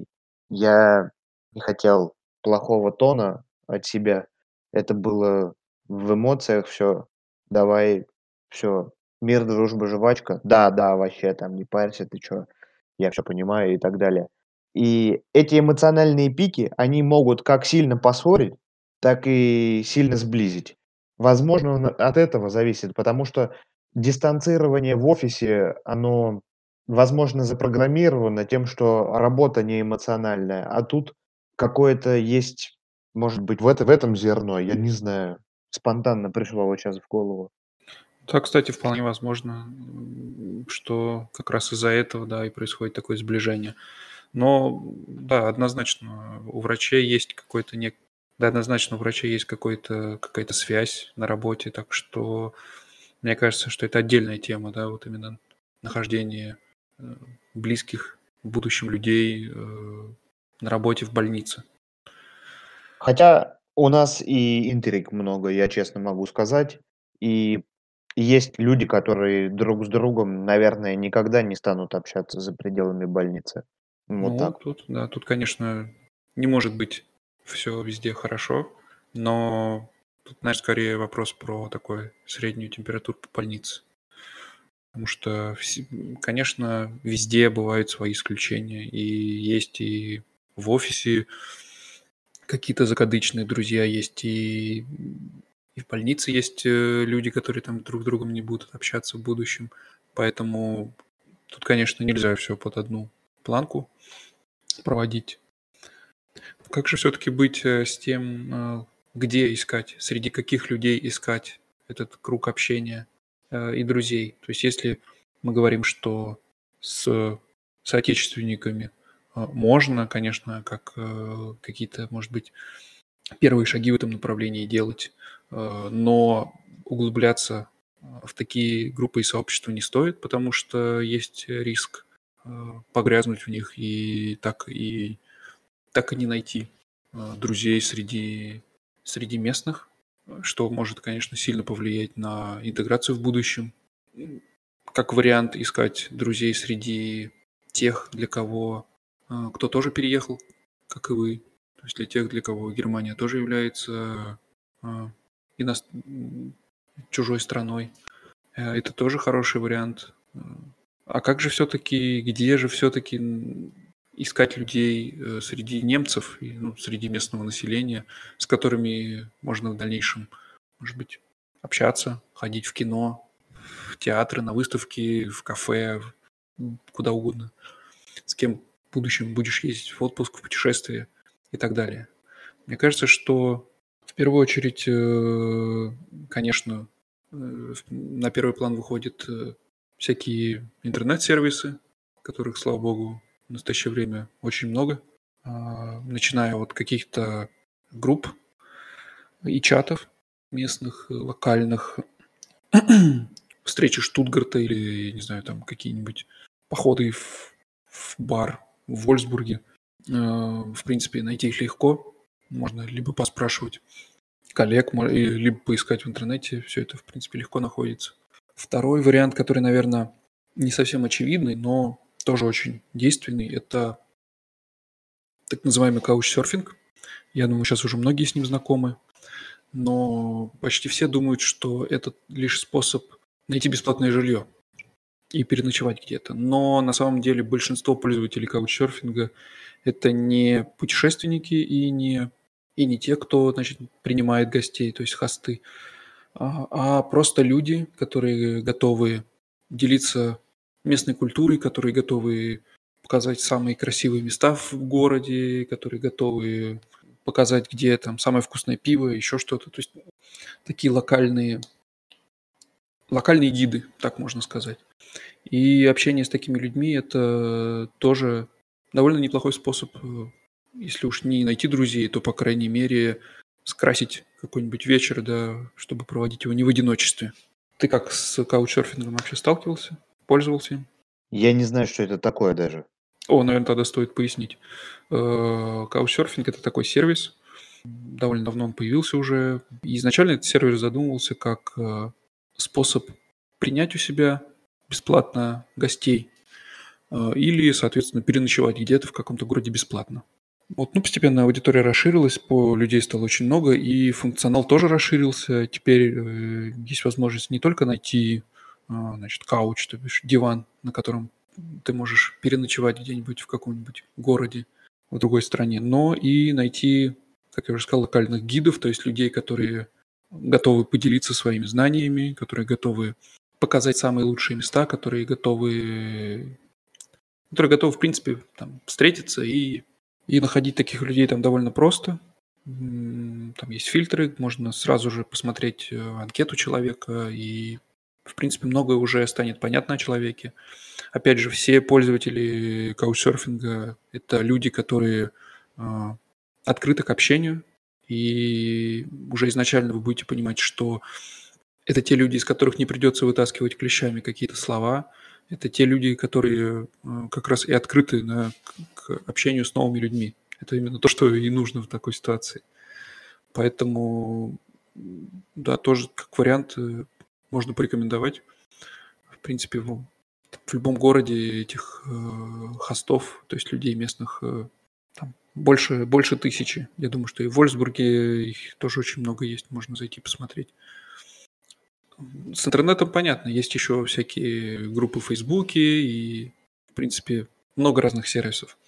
S3: я не хотел плохого тона от себя. Это было в эмоциях все. Давай, все, мир, дружба, жвачка. Да, да, вообще там не парься, ты чё, я все понимаю" и так далее. И эти эмоциональные пики, они могут как сильно поссорить, так и сильно сблизить. Возможно, он от этого зависит, потому что дистанцирование в офисе, оно, возможно, запрограммировано тем, что работа не эмоциональная, а тут какое-то есть, может быть, в это в этом зерно, я не знаю. Спонтанно пришло вот щас в голову.
S1: Да, кстати, вполне возможно, м, что как раз из-за этого, да, и происходит такое сближение. Но да, однозначно у врачей есть какой-то нек да, однозначно у врачей есть какой-то какая-то связь на работе, так что мне кажется, что это отдельная тема, да, вот именно нахождение, э, близких в будущем людей, э, на работе в больнице.
S3: Хотя у нас и интриг много, я честно могу сказать. И есть люди, которые друг с другом, наверное, никогда не станут общаться за пределами больницы. Вот
S1: Ну,
S3: так.
S1: тут, да, тут, конечно, не может быть все везде хорошо, но тут, знаешь, скорее вопрос про такую среднюю температуру по больнице. Потому что, вс- конечно, везде бывают свои исключения, и есть и в офисе какие-то закадычные друзья, есть и, и в больнице есть э, люди, которые там друг с другом не будут общаться в будущем. Поэтому тут, конечно, нельзя все под одну планку проводить. Как же все-таки быть э, с тем, э, где искать, среди каких людей искать этот круг общения э, и друзей? То есть если мы говорим, что с соотечественниками э, можно, конечно, как э, какие-то, может быть, первые шаги в этом направлении делать, э, но углубляться э, в такие группы и сообщества не стоит, потому что есть риск э, погрязнуть в них и так и так и не найти э, друзей среди, среди местных, э, что может, конечно, сильно повлиять на интеграцию в будущем. М, Как вариант искать друзей среди тех, для кого э, кто тоже переехал, как и вы. То есть для тех, для кого Германия тоже является э, иност- м, чужой страной. Э, Это тоже хороший вариант. Э, А как же все-таки, где же все-таки искать людей э, среди немцев, и, ну, среди местного населения, с которыми можно в дальнейшем, может быть, общаться, ходить в кино, в театры, на выставки, в кафе, в- куда угодно, с кем в будущем будешь ездить в отпуск, в путешествие и так далее. Мне кажется, что в первую очередь, э, конечно, э, в- на первый план выходят э, всякие интернет-сервисы, которых, слава богу, в настоящее время очень много, а, начиная от каких-то групп и чатов местных, э, локальных, встречи Штутгарта или, не знаю, там какие-нибудь походы в, в бар в Вольсбурге. Э, В принципе, найти их легко. Можно либо поспрашивать коллег, мо- и либо поискать в интернете. Все это, в принципе, легко находится. Второй вариант, который, наверное, не совсем очевидный, но тоже очень действенный, это так называемый каучсерфинг. Я думаю, сейчас уже многие с ним знакомы, но почти все думают, что это лишь способ найти бесплатное жилье и переночевать где-то. Но на самом деле большинство пользователей каучсерфинга – это не путешественники и не, и не те, кто, значит, принимает гостей, то есть хосты, а, а просто люди, которые готовы делиться местной культурой, которые готовы показать самые красивые места в городе, которые готовы показать, где там самое вкусное пиво, еще что-то. То есть такие локальные, локальные гиды, так можно сказать. И общение с такими людьми – это тоже довольно неплохой способ, э, если уж не найти друзей, то, по крайней мере, скрасить какой-нибудь вечер, да, чтобы проводить его не в одиночестве. Ты как с каучсерфингом вообще сталкивался? Пользовался им?
S3: Я не знаю, что это такое даже.
S1: О, наверное, тогда стоит пояснить. Э, Каучсерфинг – это такой сервис, довольно давно он появился уже. И изначально этот сервис задумывался как э, способ принять у себя бесплатно гостей э, или, соответственно, переночевать где-то в каком-то городе бесплатно. Вот, ну, постепенно аудитория расширилась, по людей стало очень много, и функционал тоже расширился. Теперь э, есть возможность не только найти, а, значит, кауч, то бишь диван, на котором ты можешь переночевать где-нибудь в каком-нибудь городе в другой стране, но и найти, как я уже сказал, локальных гидов, то есть людей, которые готовы поделиться своими знаниями, которые готовы показать самые лучшие места, которые готовы, которые готовы, в принципе, там, встретиться и, и находить таких людей там довольно просто. М, Там есть фильтры, можно сразу же посмотреть э, анкету человека, и, в принципе, многое уже станет понятно о человеке. Опять же, все пользователи каучсерфинга– это люди, которые а, открыты к общению, и уже изначально вы будете понимать, что это те люди, из которых не придется вытаскивать клещами какие-то слова, это те люди, которые а, как раз и открыты на, к к общению с новыми людьми. Это именно то, что и нужно в такой ситуации. Поэтому, м, да, тоже как вариант э, можно порекомендовать. В принципе, в в любом городе этих э, хостов, то есть людей местных, э, там больше, больше тысячи. Я думаю, что и в Вольсбурге их тоже очень много есть, можно зайти посмотреть. С интернетом понятно, есть еще всякие группы в Фейсбуке и, в принципе, много разных сервисов.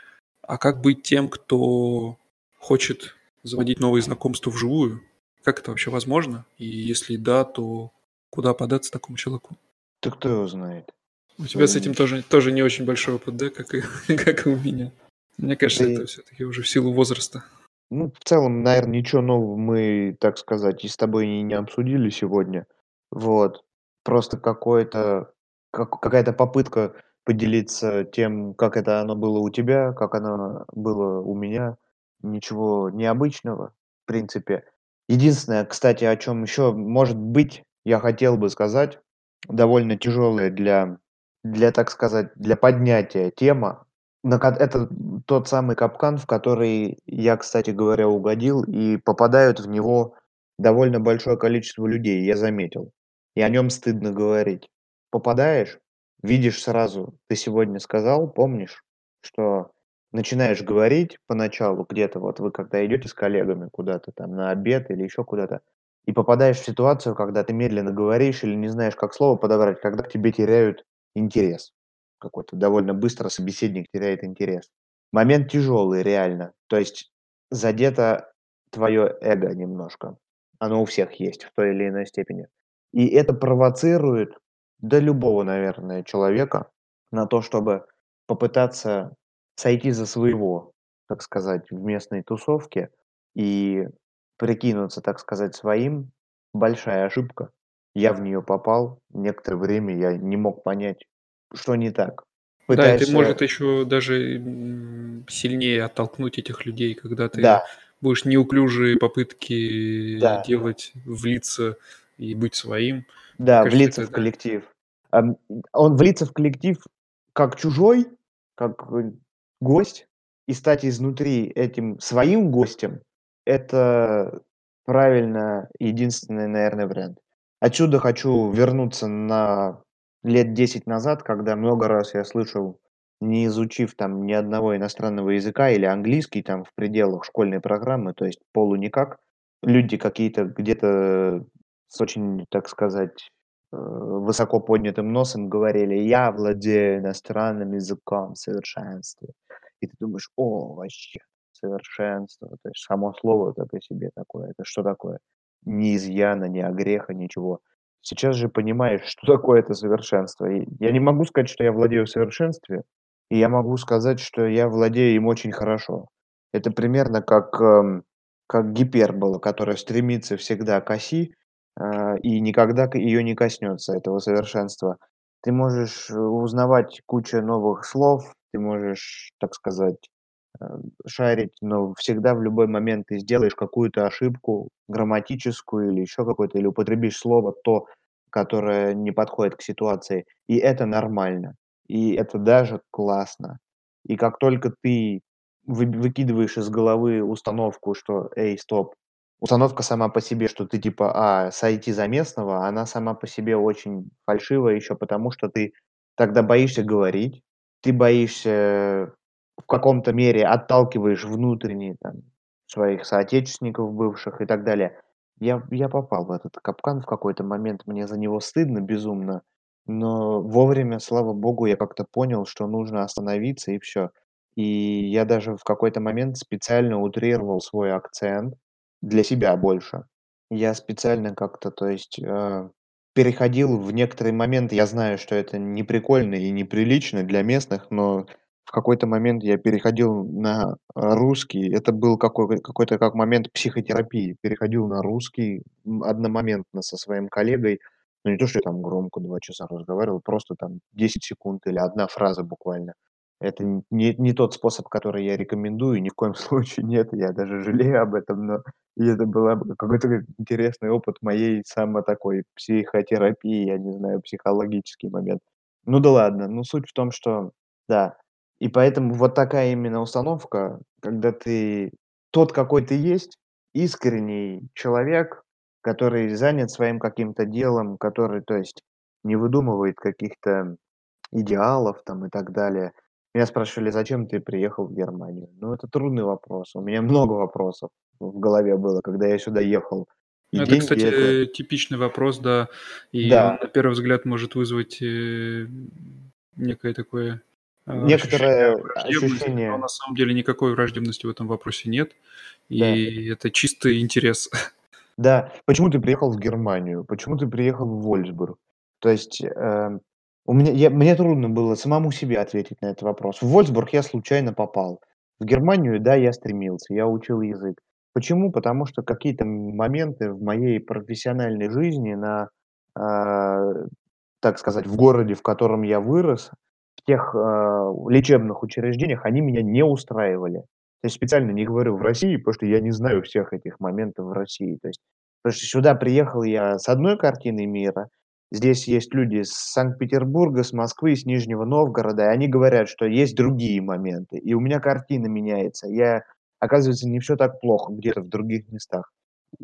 S1: А как быть тем, кто хочет заводить новые знакомства вживую? Как это вообще возможно? И если да, то куда податься такому человеку?
S3: Да кто его знает?
S1: У тебя с этим
S3: М,
S1: тоже, тоже не очень большой опыт, да, как и, как и у меня. Мне
S3: Да
S1: кажется,
S3: и,
S1: это все-таки уже в силу возраста.
S3: ну, в целом, наверное, ничего нового мы, так сказать, и с тобой и не обсудили сегодня. Вот. Просто какое-то, как, какая-то попытка поделиться тем, как это оно было у тебя, как оно было у меня. Ничего необычного, в принципе. Единственное, кстати, о чем еще, может быть, я хотел бы сказать, довольно тяжелая для, для, так сказать, для поднятия тема. На ко Это тот самый капкан, в который я, кстати говоря, угодил, и попадают в него довольно большое количество людей, я заметил. И о нем стыдно говорить. Попадаешь, видишь сразу, ты сегодня сказал, помнишь, что начинаешь говорить поначалу где-то, вот вы когда идете с коллегами куда-то там на обед или еще куда-то, и попадаешь в ситуацию, когда ты медленно говоришь или не знаешь, как слово подобрать, когда к тебе теряют интерес какой-то, довольно быстро собеседник теряет интерес. Момент тяжелый, реально. То есть задето твое эго немножко. Оно у всех есть в той или иной степени. И это провоцирует, да, любого, наверное, человека на то, чтобы попытаться сойти за своего, так сказать, в местной тусовке и прикинуться, так сказать, своим. Большая ошибка. Я в нее попал. Некоторое время я не мог понять, что не так.
S1: Да, это
S3: Пытаешься.
S1: может еще даже м, сильнее оттолкнуть этих людей, когда ты
S3: Да,
S1: будешь неуклюжие попытки
S3: да,
S1: делать, влиться и быть своим. Мне
S3: да,
S1: кажется,
S3: влиться
S1: это
S3: в
S1: да.
S3: коллектив. Ам, он влиться в коллектив как чужой, как, э, гость, и стать изнутри этим своим гостем — это правильно единственный, наверное, вариант. Отсюда хочу вернуться на лет десять назад, когда много раз я слышал, не изучив там ни одного иностранного языка или английский там в пределах школьной программы, то есть полу никак, люди какие-то где-то с очень, так сказать, э, высоко поднятым носом говорили: "Я владею иностранным языком в совершенстве". И ты думаешь: "О, вообще совершенство". То есть само слово это по себе такое. Это что такое? Ни изъяна, ни огреха, ничего. Сейчас же понимаешь, что такое это совершенство. И я не могу сказать, что я владею в совершенстве, и я могу сказать, что я владею им очень хорошо. Это примерно как, эм, как гипербола, которая стремится всегда к оси, а, и никогда ее не коснется, этого совершенства. Ты можешь э, узнавать кучу новых слов, ты можешь, так сказать, э, шарить, но всегда в любой момент ты сделаешь какую-то ошибку грамматическую или еще какую-то, или употребишь слово то, которое не подходит к ситуации. И это нормально. И это даже классно. И как только ты вы выкидываешь из головы установку, что: "Эй, стоп". Установка сама по себе, что ты типа, а, сойти за местного, она сама по себе очень фальшивая еще потому, что ты тогда боишься говорить, ты боишься, в каком-то мере отталкиваешь внутренне там своих соотечественников бывших и так далее. Я я попал в этот капкан в какой-то момент, мне за него стыдно безумно, но вовремя, слава богу, я как-то понял, что нужно остановиться и всё. И я даже в какой-то момент специально утрировал свой акцент для себя больше. Я специально как-то, то есть, э, переходил в некоторые моменты. Я знаю, что это не прикольно и неприлично для местных, но в какой-то момент я переходил на, а, русский. Это был какой какой-то как момент психотерапии. Переходил на русский, м, одномоментно со своим коллегой. Ну, не то, что я там громко два часа разговаривал, просто там десять секунд или одна фраза буквально. Это н не не тот способ, который я рекомендую, ни в коем случае нет. Я даже жалею об этом, но и это была бы какой-то интересный опыт моей само такой психотерапии, я не знаю, психологический момент. Ну да ладно, но суть в том, что да. И поэтому вот такая именно установка, когда ты тот, какой ты есть, искренний человек, который занят своим каким-то делом, который, то есть, не выдумывает каких-то идеалов там и так далее. Меня спрашивали: "Зачем ты приехал в Германию?" Ну, это трудный вопрос. У меня много вопросов в голове было, когда я сюда ехал. И
S1: Это,
S3: деньги это
S1: кстати, типичный вопрос, да, и он
S3: Да.
S1: на первый взгляд может вызвать, э, некое такое, а, ощущение
S3: Некоторое
S1: враждебности, но
S3: ощущение
S1: на самом деле никакой враждебности в этом вопросе нет,
S3: Да.
S1: и это чистый интерес.
S3: Да. Почему ты приехал в Германию? Почему ты приехал в Вольсбург? То есть, э, у меня я мне трудно было самому себе ответить на этот вопрос. В Вольсбург я случайно попал. В Германию, да, я стремился, я учил язык. Почему? Потому что какие-то м моменты в моей профессиональной жизни на, а, так сказать, в городе, в котором я вырос, в тех, а, лечебных учреждениях, они меня не устраивали. Я специально не говорю в России, потому что я не знаю всех этих моментов в России. То есть, потому что сюда приехал я с одной картиной мира. Здесь есть люди с Санкт-Петербурга, с Москвы, с Нижнего Новгорода, и они говорят, что есть другие моменты. И у меня картина меняется. Я, оказывается, не всё так плохо где-то в других местах.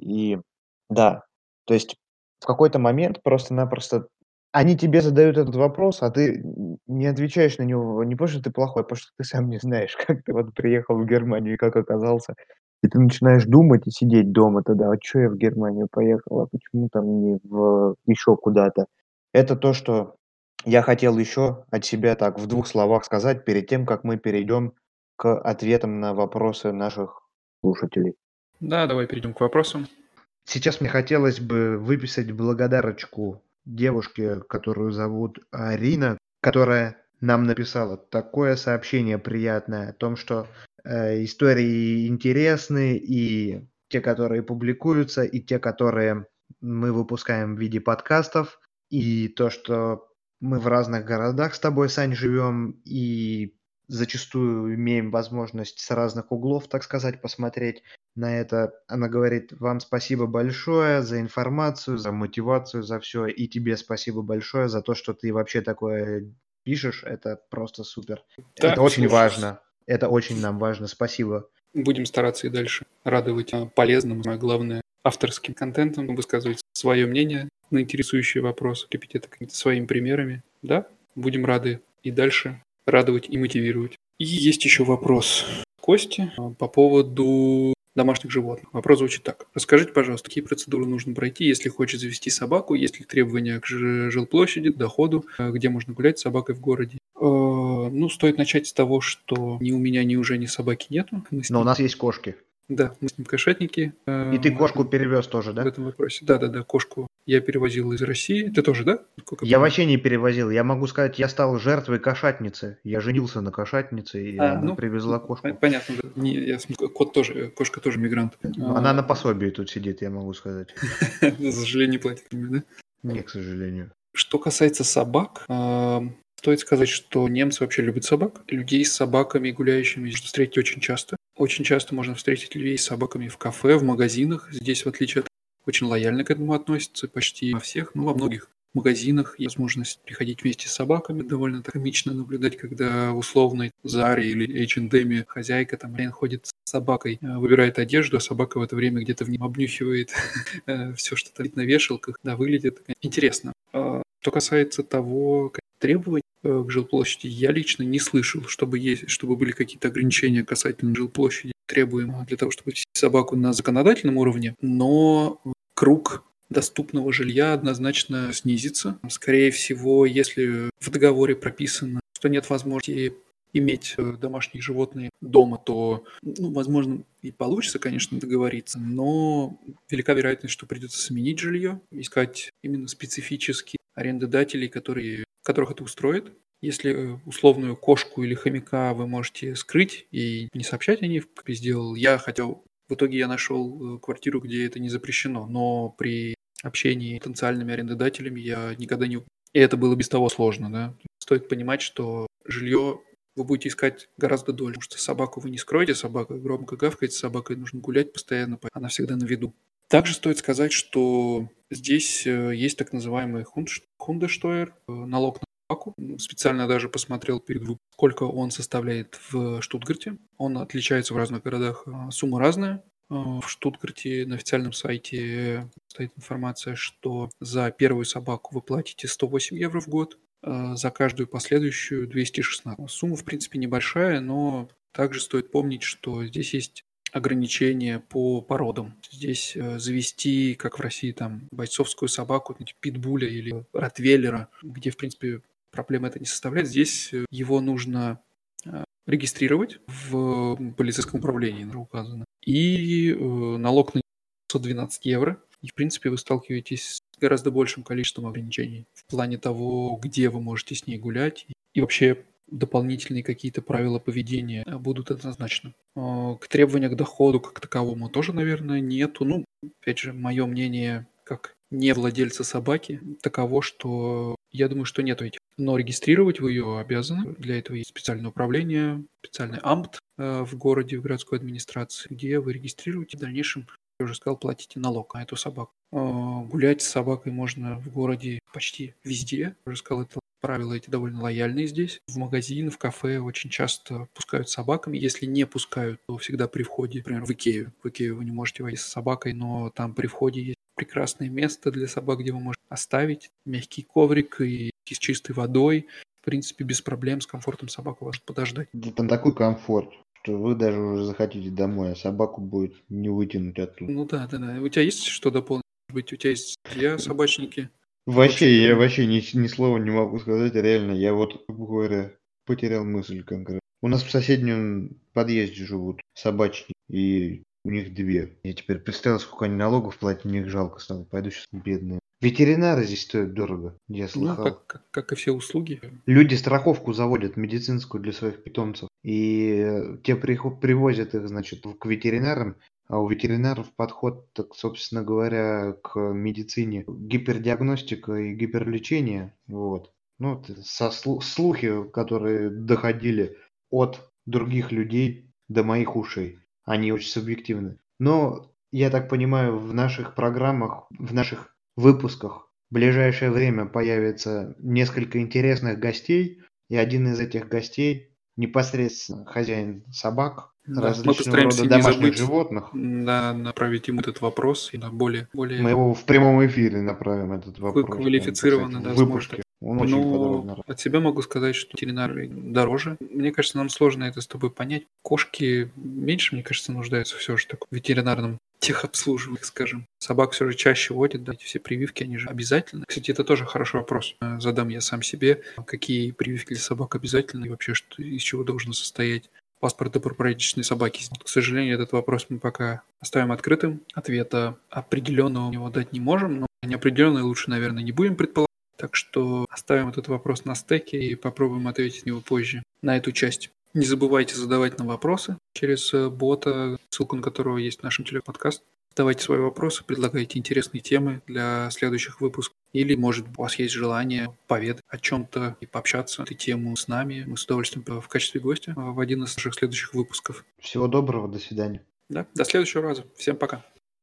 S3: И да, то есть в какой-то момент просто-напросто они тебе задают этот вопрос, а ты н не отвечаешь на него не потому, что ты плохой, а потому что ты сам не знаешь, как ты вот приехал в Германию и как оказался. И ты начинаешь думать и сидеть дома тогда: "А чё я в Германию поехал? А почему там не в еще куда-то?" Это то, что я хотел еще от себя так в двух словах сказать перед тем, как мы перейдем к ответам на вопросы наших слушателей.
S1: Да, давай перейдем к вопросам.
S2: Сейчас мне хотелось бы выписать благодарочку девушке, которую зовут Арина, которая нам написала такое сообщение приятное о том, что, э, истории интересны, и те, которые публикуются, и те, которые мы выпускаем в виде подкастов, и то, что мы в разных городах с тобой, Сань, живем, и зачастую имеем возможность с разных углов, так сказать, посмотреть на это. Она говорит: "Вам спасибо большое за информацию, за мотивацию, за всё. И тебе спасибо большое за то, что ты вообще такое пишешь. Это просто супер.
S1: Да,
S2: Это очень
S1: слушаюсь.
S2: важно. Это очень нам важно. Спасибо".
S1: Будем стараться и дальше радовать, а, полезным, а главное, авторским контентом, высказывать свое мнение на интересующие вопросы, кипятить это какими-то своими примерами. Да, будем рады и дальше радовать и мотивировать. И есть еще вопрос Кости, а, по поводу домашних животных. Вопрос звучит так: "Расскажите, пожалуйста, какие процедуры нужно пройти, если хочешь завести собаку? Есть ли требования к жи жилплощади, доходу? А, где можно гулять с собакой в городе?" А, ну, стоит начать с того, что ни у меня, ни у Жени собаки нету. Мы с
S2: Но у
S1: ним
S2: нас есть кошки.
S1: Да, мы с ним кошатники,
S2: И
S1: а,
S2: ты
S1: в
S2: кошку
S1: этом
S2: перевёз тоже,
S1: в
S2: да?
S1: этом вопросе. Да-да-да, кошку я перевозил из России. Ты тоже, да? Насколько я
S2: Я
S1: понимаю.
S2: вообще не перевозил. Я могу сказать, я стал жертвой кошатницы. Я женился на кошатнице, и
S1: А,
S2: она
S1: ну,
S2: привезла
S1: по
S2: кошку.
S1: понятно, да. Не, я см кот тоже, кошка тоже мигрант.
S2: Ну, она
S1: А
S2: на пособии тут сидит, я могу сказать.
S1: За жилье не платит, да?
S2: Не, к сожалению.
S1: Что касается собак, ам, стоит сказать, что немцы вообще любят собак. Людей с собаками гуляющими можно встретить очень часто. Очень часто можно встретить людей с собаками в кафе, в магазинах. Здесь, в отличие от очень лояльно к этому относятся почти во всех, ну, во многих магазинах есть возможность приходить вместе с собаками. Довольно так комично наблюдать, когда в условной "Заре" или эйч энд эм хозяйка там реально ходит с собакой, а, выбирает одежду, а собака в это время где-то в нем обнюхивает, э, всё, что там на вешалках. Да, выглядит интересно. А, что касается того, каких требований, э, к жилплощади, я лично не слышал, чтобы есть чтобы были какие-то ограничения касательно жилплощади, требуемого для того, чтобы вести собаку на законодательном уровне. Но круг доступного жилья однозначно снизится. Скорее всего, если в договоре прописано, что нет возможности иметь э, домашние животные дома, то, ну, возможно, и получится, конечно, договориться, но велика вероятность, что придется сменить жилье, искать именно специфические арендодателей, которые, которых это устроит. Если э, условную кошку или хомяка вы можете скрыть и не сообщать о ней, как я сделал я, хотя в итоге я нашел э, квартиру, где это не запрещено, но при общении с потенциальными арендодателями я никогда не... И это было без того сложно, да. Стоит понимать, что жилье вы будете искать гораздо дольше, потому что собаку вы не скроете, собака громко гавкает, с собакой нужно гулять постоянно, она всегда на виду. Также стоит сказать, что здесь э, есть так называемый хундш- хундештойер, э, налог на собаку. Специально даже посмотрел перед выпуском, сколько он составляет в Штутгарте. Он отличается в разных городах, э, сумма разная. Э, В Штутгарте на официальном сайте стоит информация, что за первую собаку вы платите сто восемь евро в год, э, за каждую последующую двести шестнадцать. Сумма, в принципе, небольшая, но также стоит помнить, что здесь есть ограничения по породам. Здесь э, завести, как в России, там, бойцовскую собаку, ну, типа питбуля или ротвейлера, где, в принципе, проблема это не составляет. Здесь э, его нужно э, регистрировать в полицейском управлении, уже указано. И э, налог на пятьсот двенадцать евро. И, в принципе, вы сталкиваетесь с гораздо большим количеством ограничений в плане того, где вы можете с ней гулять. И вообще дополнительные какие-то правила поведения э, будут однозначно. Э, К требованию к доходу как таковому тоже, наверное, нету. Ну, опять же, мое мнение как не владельца собаки таково, что я думаю, что нету этих. Но регистрировать вы ее обязаны. Для этого есть специальное управление, специальный амт э, в городе, в городской администрации, где вы регистрируете, в дальнейшем, я уже сказал, платите налог на эту собаку. Э, Гулять с собакой можно в городе почти везде. Я уже сказал, это правила эти довольно лояльные здесь. В магазин, в кафе очень часто пускают с собаками. Если не пускают, то всегда при входе, например, в Икею. В Икею вы не можете войти с собакой, но там при входе есть прекрасное место для собак, где вы можете оставить мягкий коврик и с чистой водой. В принципе, без проблем, с комфортом собака может подождать.
S3: Да там такой комфорт, что вы даже уже захотите домой, а собаку будет не вытянуть оттуда.
S1: Ну да, да, да. У тебя есть что дополнить? Может быть, у тебя есть друзья собачники?
S3: Вообще, я вообще ни, ни слова не могу сказать, реально. Я вот, грубо говоря, потерял мысль конкретно. У нас в соседнем подъезде живут собачники, и у них две. Я теперь представил, сколько они налогов платят, мне их жалко стало. Пойду сейчас бедные. Ветеринары здесь стоят дорого, я
S1: Ну,
S3: слыхал.
S1: как, как, как и все услуги.
S3: Люди страховку заводят медицинскую для своих питомцев. И э, те прихо- привозят их, значит, в- к ветеринарам, а у ветеринаров подход, так, собственно говоря, к медицине гипердиагностика и гиперлечение. Вот. Ну, вот со слу- слухи, которые доходили от других людей до моих ушей, они очень субъективны. Но, я так понимаю, в наших программах, в наших выпусках в ближайшее время появится несколько интересных гостей, и один из этих гостей непосредственно хозяин собак,
S1: Да, мы
S3: различного
S1: постараемся
S3: рода
S1: не
S3: домашних
S1: забыть
S3: животных.
S1: да, направить ему этот вопрос и на более,
S3: Мы
S1: более
S3: его в прямом эфире направим, этот
S1: ква-
S3: вопрос, прям, так
S1: квалифицированно,
S3: сказать,
S1: да,
S3: в
S1: сможет.
S3: выпуске. Он очень подробно.
S1: Но от себя могу сказать, что ветеринары дороже. Мне кажется, нам сложно это с тобой понять. Кошки меньше, мне кажется, нуждаются все же так в ветеринарном техобслуживании, скажем. Собак все же чаще водят, да, эти все прививки, они же обязательны. Кстати, это тоже хороший вопрос. Э, Задам я сам себе, какие прививки для собак обязательны и вообще, что, из чего должен состоять паспорт добропорядочной собаки. К сожалению, этот вопрос мы пока оставим открытым. Ответа определенного него дать не можем, но неопределенный лучше, наверное, не будем предполагать. Так что оставим этот вопрос на стеке и попробуем ответить на него позже, на эту часть. Не забывайте задавать нам вопросы через э, бота, ссылку на которого есть в нашем телеподкасте. Задавайте свои вопросы, предлагайте интересные темы для следующих выпусков. Или, может, у вас есть желание поведать о чем-то и пообщаться на эту тему с нами. Мы с удовольствием э, в качестве гостя э, в один из наших следующих выпусков.
S3: Всего доброго, до свидания.
S1: Да, до следующего раза. Всем пока.